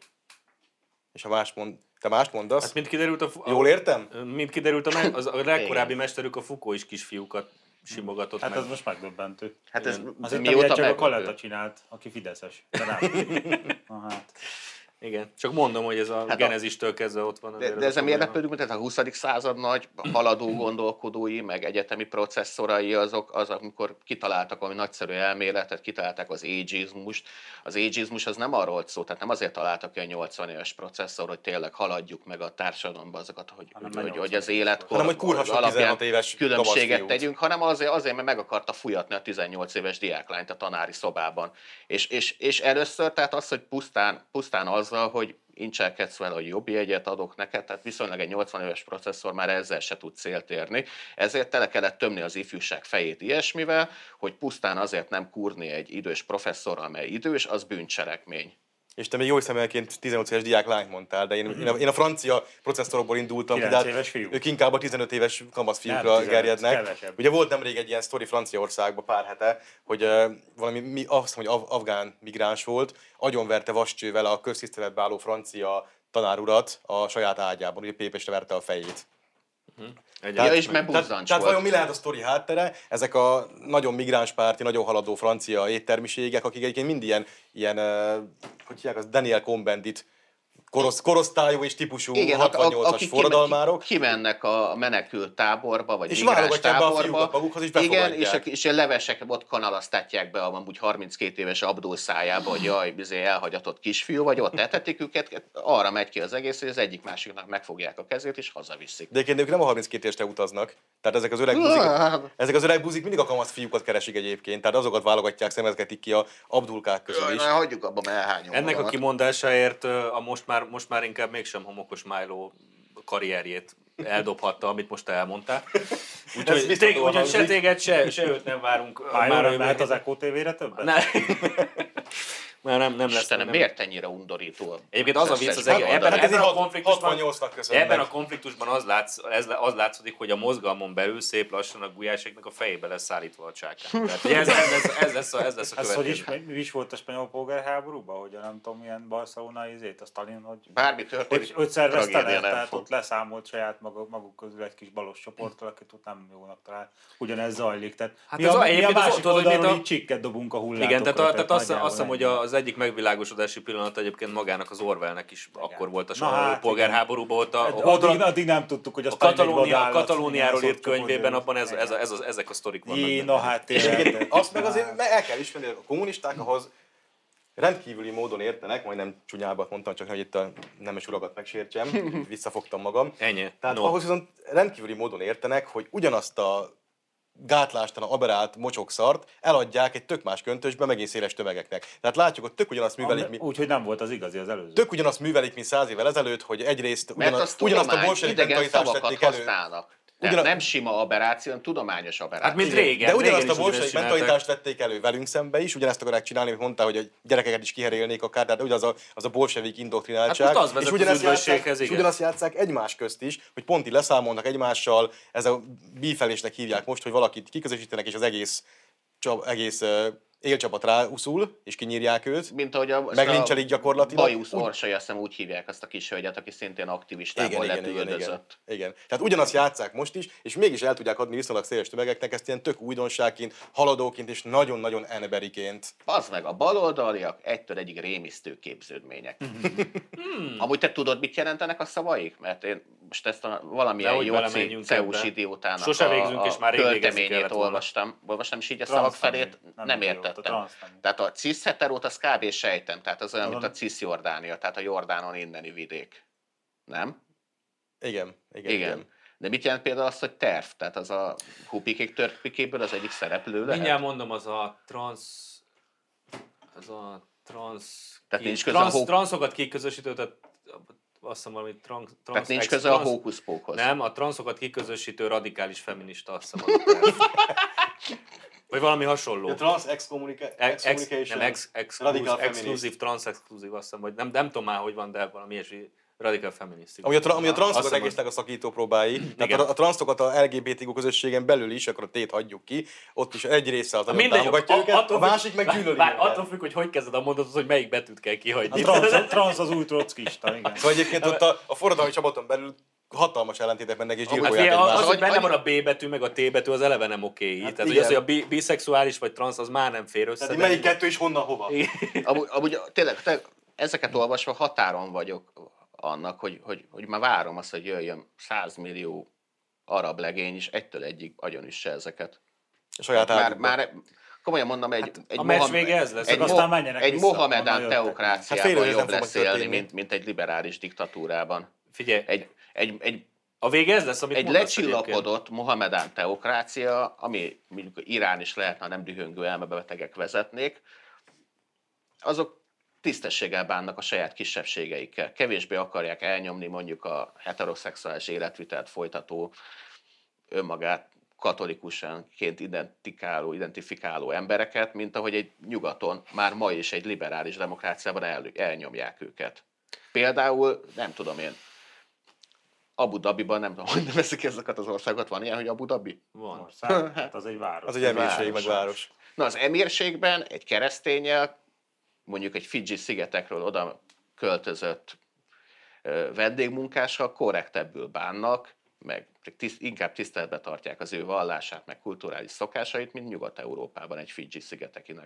És ha te mást mondasz? Hát mint kiderült jól értem? Mint kiderült a legkorábbi mesterük a Foucault is kisfiúkat simogatott hát meg. ez most megdöbbentő. Hát ez azért mióta csak a Kaleta csinált, aki fideszes. De nem. Hát. Igen, csak mondom, hogy ez a genezistől kezdve ott van. De ezen miért lepődünk, tehát a 20. század nagy haladó gondolkodói, meg egyetemi processzorai azok, amikor kitaláltak valami nagyszerű elméletet, kitalálták az ageizmust. Az ageizmus az nem arról szó, tehát nem azért találtak ki a 80 éves processzor, hogy tényleg haladjuk meg a társadalomba azokat, hogy az életkor alapján különbséget tegyünk, hanem azért, mert meg akarta fújatni a 18 éves diáklányt a tanári szobában. És először, tehát az, hogy pusztán azzal, hogy incselkedsz vele, hogy jobb jegyet adok neked, tehát viszonylag egy 80 éves processzor már ezzel se tud célt érni. Ezért tele kellett tömni az ifjúság fejét ilyesmivel, hogy pusztán azért nem kúrni egy idős professzorral, amely idős, az bűncselekmény. És te még jó szemelként 18 éves diák lányt mondtál, de én a francia processzorokból indultam, de ők inkább a 15 éves kamasz fiúkra gerjednek. Ugye volt nemrég egy ilyen sztori Franciaországban pár hete, hogy valami azt mondja, hogy afgán migráns volt, agyonverte vascsővel a köztiszteletbe álló francia tanárurat a saját ágyában, ugye pépesre verte a fejét. Tehát vajon mi lehet a sztori háttere? Ezek a nagyon migránspárti, nagyon haladó francia éttermiségek, akik egyébként mind ilyen hogy hívják, az Daniel Cohn-Bendit korosztályú és típusú 68-as forradalmárok. Kimennek a menekült táborba, vagy migráns táborba. Magukhoz, és igen, és a levesek ott kanalaztatják be amúgy 32 éves Abdul szájába, hogy jaj, elhagyatott kisfiú vagy, ott etetik őket, arra megy ki az egész, hogy az egyik másiknak megfogják a kezét, és hazaviszik. De egyébként ők nem a 32 évesre utaznak. Tehát ezek az öreg buzik mindig a kamasz fiúkat keresik egyébként, tehát azokat válogatják, szemezgetik ki a Abdulkák közül is. Hagyjuk abba, mert elhányom. Ennek a kimondásáért most már inkább mégsem homokos Milo karrierjét eldobhatta, amit most elmondtál. Úgyhogy se téged, se őt nem várunk. Már ő mehet az Echo TV-re többet? Már nem lesz. Istenem, miért ennyire undorító? Egyébként az a vicc az egész. Ebben a konfliktusban az látszódik, hogy a mozgalmon belül szép lassan a Gulyáséknak a fejébe lesz szállítva a csákán. Tehát ez lesz a következő. Hogy mi is volt a spanyol polgárháborúban, hogy nem tudom, milyen Barcelona a Stalin, hogy bármi történik, hogy szervezte le, tehát ott leszámolt saját maguk közül egy kis balos csoporttal, akit ott nem jónak talál. Ugyanez zajlik. Tehát mi a másik oldalról így csikket dobunk a hullámokra. Igen, tehát azt hiszem, hogy az egyik megvilágosodási pillanat egyébként magának az Orwellnek is akkor volt a spanyol polgárháborúban. Addig nem tudtuk, hogy a Katalóniáról írt könyvében abban ezek a sztorik vannak. Na hát tényleg. Azt meg azért el kell ismerni, hogy a kommunisták ahhoz rendkívüli módon értenek, majdnem csúnyábbat mondtam, csak hogy itt a nemes urakat megsértsem, visszafogtam magam. Ennyi. Tehát ahhoz viszont rendkívüli módon értenek, hogy ugyanazt a gátlástalan, aberált mocsogszart eladják egy tök más köntösbe megint széles tömegeknek. Tehát látjuk, hogy tök ugyanazt művelik, úgyhogy nem volt az igazi az előző. Tök ugyanazt művelik, mint 100 évvel ezelőtt, hogy egyrészt ugyanazt a bolsevik mentalitást tették elő. Tehát nem sima aberáció, hanem tudományos aberáció. Hát mint régen. De ugyanazt a bolsevik mentalitást vették elő velünk szembe is, ugyanezt akarják csinálni, amit mondta, hogy a gyerekeket is kiherélnék akár, tehát ugyanaz az a bolsevik indoktrináltság. Hát és ugyanazt játsszák egymás közt is, hogy pont így leszámolnak egymással, ez a bífelésnek hívják most, hogy valakit kiközösítenek, és az egész élcsapat ráuszul, és kinyírják őt, mint ahogy meglincselik gyakorlatilag. Bajusz Orsai, azt hiszem úgy hívják azt a kis hölgyet, aki szintén aktivistából lett üldözött. Igen. Tehát ugyanazt játsszák most is, és mégis el tudják adni viszonylag széles tömegeknek ezt ilyen tök újdonságként, haladóként és nagyon-nagyon emberiként. Az meg a baloldaliak egytől egyig rémisztő képződmények. Amúgy te tudod, mit jelentenek a szavaik? Mert én most ezt valamilyen jóci CEU-s idiótának a költeményét olvastam, és így a szavak felét nem értettem. Tehát a cis-heterót az kb. Sejtem, tehát az olyan, mint a cis-Jordánia, tehát a Jordánon inneni vidék. Nem? Igen. De mit jelent például az, hogy terv? Tehát az a Hupikék törpikéből az egyik szereplő lehet? Mindjárt mondom, az a transzokat kiközösítő, tehát azt hiszem valami tehát nincs köze a hókuszpókhoz. Nem, a transzokat kiközösítő radikális feminista, azt hiszem az a vagy valami hasonló. A trans excommunication. Exkluzív, trans-exkluzív, azt hiszem, vagy nem tudom már, hogy van, de valami ilyesmi radikál feministikus. Ami a transzok az egésznek a szakító próbái. Tehát a transzokat a LGBTQ közösségén belül is, akkor a tét hagyjuk ki, ott is egy része az nagyon támogatja őket, a másik meg gyűlöli őket. Attól függ, hogy kezded a mondatot, hogy melyik betűt kell kihagyni. A transz az új trockista, igen. Szóval egyébként ott a forradalmi csapaton belül hatalmas ellentétek mennek és gyilkolják egymást. Az, hogy benne van a B betű, meg a T betű, az eleve nem oké. Tehát hogy az, hogy a biszexuális vagy transz, az már nem fér össze. Tehát melyik kettő is honnan hova? Amúgy tényleg ezeket olvasva határon vagyok annak, hogy már várom azt, hogy jöjjön 100 millió arab legény, és egytől egyig agyonüsse ezeket. Már komolyan mondom, a meccs vége ez lesz, egy mohamedán teokráciában jobb lesz élni, mint egy liberális diktatúrában. Figyelj, a vége ez lesz, amit egy lecsillapodott mohamedán teokrácia, ami mondjuk Irán is lehetne, ha nem dühöngő elmebetegek vezetnék, azok tisztességgel bánnak a saját kisebbségeikkel. Kevésbé akarják elnyomni mondjuk a heteroszexuális életvitelt folytató, önmagát katolikusként identifikáló embereket, mint ahogy egy nyugaton, már ma is egy liberális demokráciában elnyomják őket. Például, nem tudom én, Abu Dhabiban, nem tudom, hogy nevezik ezeket az országokat, van ilyen, hogy Abu Dhabi? Van. Hát az egy város. Az egy emírség, meg város. Na, az emírségben egy keresztényel, mondjuk egy Fidzsi szigetekről oda költözött vendégmunkással korrektebbül bánnak, meg inkább tiszteletbe tartják az ő vallását, meg kulturális szokásait, mint Nyugat-Európában egy Fidzsi szigetekinek.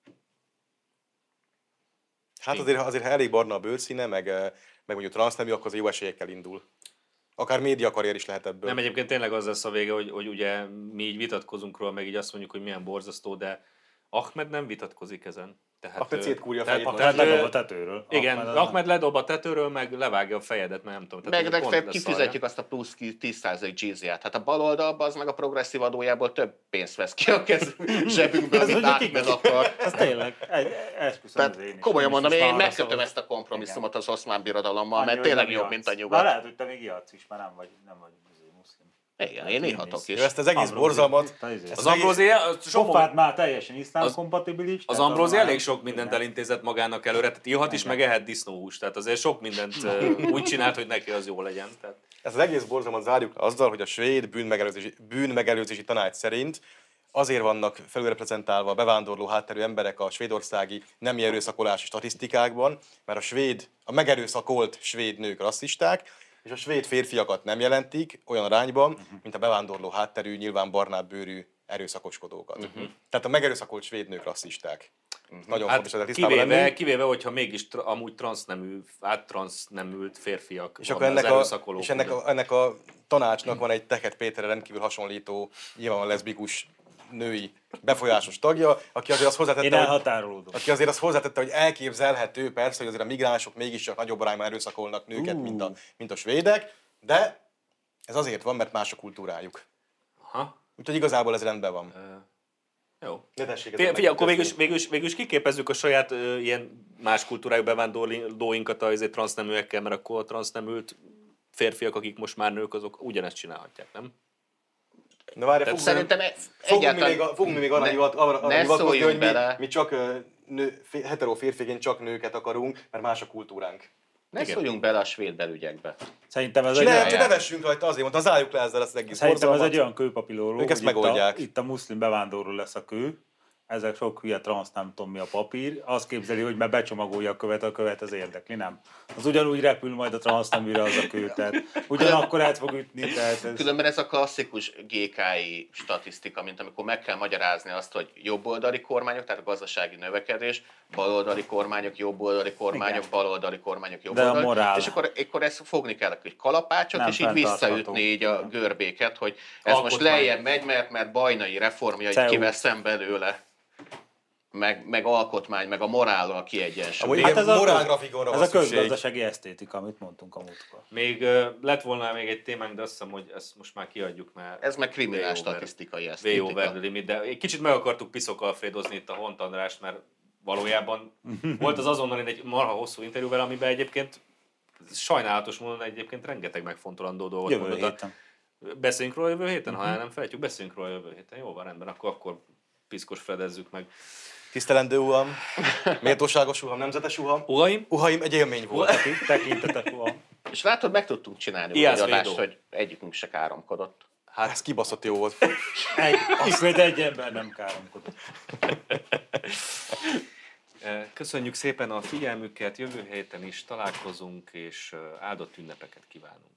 Hát azért ha elég barna a bőrszíne, meg mondjuk transznemű, akkor az jó esélyekkel indul. Akár médiakarrier is lehet ebből. Nem, egyébként tényleg az lesz a vége, hogy ugye mi így vitatkozunk róla, meg így azt mondjuk, hogy milyen borzasztó, de Ahmed nem vitatkozik ezen. Ahmed szétkúrja a fejét. Ledob a tetőről. Igen, Ahmed ledob a tetőről, meg levágja a fejedet, mert nem tudom. Meg legfeljebb kifizetjük azt a plusz 10% GZ-ját. Hát a baloldalban az meg a progresszív adójából több pénzt vesz ki a zsebünkből, mint Ahmed akar. Ez tényleg, komolyan mondom, én megkötöm ezt a kompromisszumot az oszmán birodalommal, mert tényleg jobb, mint a nyugat. Lehet, hogy te még ihatsz is, mert nem vagy muszlim. Igen, én ihatok is. Ezt az egész borzalmat... Az Ambrózia... Sofát már teljesen iszlám kompatibilis. Az Ambrózia elég sok mindent elintézett magának előre, tehát ihat is, meg ehet disznóhúst. Tehát azért sok mindent úgy csinált, hogy neki az jó legyen. Tehát... Ezt az egész borzalmat zárjuk le azzal, hogy a svéd bűnmegelőzési tanács szerint azért vannak felülreprezentálva a bevándorló hátterű emberek a svédországi nemi erőszakolási statisztikákban, mert a megerőszakolt svéd nők rasszisták, és a svéd férfiakat nem jelentik olyan arányban, mint a bevándorló hátterű, nyilván barnább bőrű erőszakoskodókat. Tehát a megerőszakolt svéd nők rasszisták. Nagyon fontos ezzel tisztában lenni. Kivéve, hogyha mégis amúgy transznemült férfiak és akkor ennek a tanácsnak van egy Teket Péterre rendkívül hasonlító, nyilván leszbikus női befolyásos tagja, aki azért azt hozzátette, hogy elképzelhető persze, hogy azért a migránsok mégiscsak nagyobb arányban erőszakolnak nőket, mint a svédek, de ez azért van, mert más a kultúrájuk. Aha. Úgyhogy igazából ez rendben van. Jó. Figyelj, akkor végül is kiképezzük a saját ilyen más kultúrájú bevándorlóinkat azért transzneműekkel, mert akkor a transznemült férfiak, akik most már nők, azok ugyanezt csinálhatják, nem? Na várj, szerintem fogunk még arra hivatkozni, hogy mi csak hetero férfiként csak nőket akarunk, mert más a kultúránk. Ne szóljunk bele a svéd belügyekbe. Szerintem ez ne vessünk rajta azért, mondta, zárjuk le ezzel az egész szerintem ez egy olyan kőpapílóló, hogy megoldják. Itt a muszlim bevándorló lesz a kő, ezek sok hülye transz, nem tudom mi a papír, azt képzeli, hogy már becsomagolja a követ az érdekli, nem? Az ugyanúgy repül majd a transzneműre az a kő, tehát ugyanakkor át fog ütni. Különben ez a klasszikus GKI statisztika, mint amikor meg kell magyarázni azt, hogy jobboldali kormányok, tehát a gazdasági növekedés, baloldali kormányok, jobboldali kormányok, baloldali kormányok, jobboldali. És akkor ezt fogni kell egy kalapácsot, nem és így visszaütni így a görbéket, hogy ez most lejjebb megy, mert bajnai reformjait kiveszem belőle. Meg alkotmány, meg a morállal kiegyensúly. Hát ez a közgazdasági esztétika, amit mondtunk a múltkor. Még lett volna még egy témánk, de azt hiszem, hogy ezt most már kiadjuk, mert... Ez meg kriminál statisztikai esztétika. Way over the limit, de egy kicsit meg akartuk Piszok Alfredozni itt a Hont Andrást, mert valójában volt az azonnal egy marha hosszú interjú vele, amiben egyébként sajnálatos módon egyébként rengeteg megfontolandó dolgot mondott. Beszéljünk róla jövő héten? Ha nem felejtjük, beszéljünk róla jövő héten. Jó van, rendben, akkor piszkos fredezzük meg. Tisztelendő uram, méltóságos uram, nemzetes uram. Uhaim, egy élmény volt. Tekintetek uram. És látod, meg tudtunk csinálni úgy adást, hogy egyikünk se káromkodott. Hát ez kibaszott jó volt. Ismét egy ember nem káromkodott. Köszönjük szépen a figyelmüket, jövő héten is találkozunk, és áldott ünnepeket kívánunk.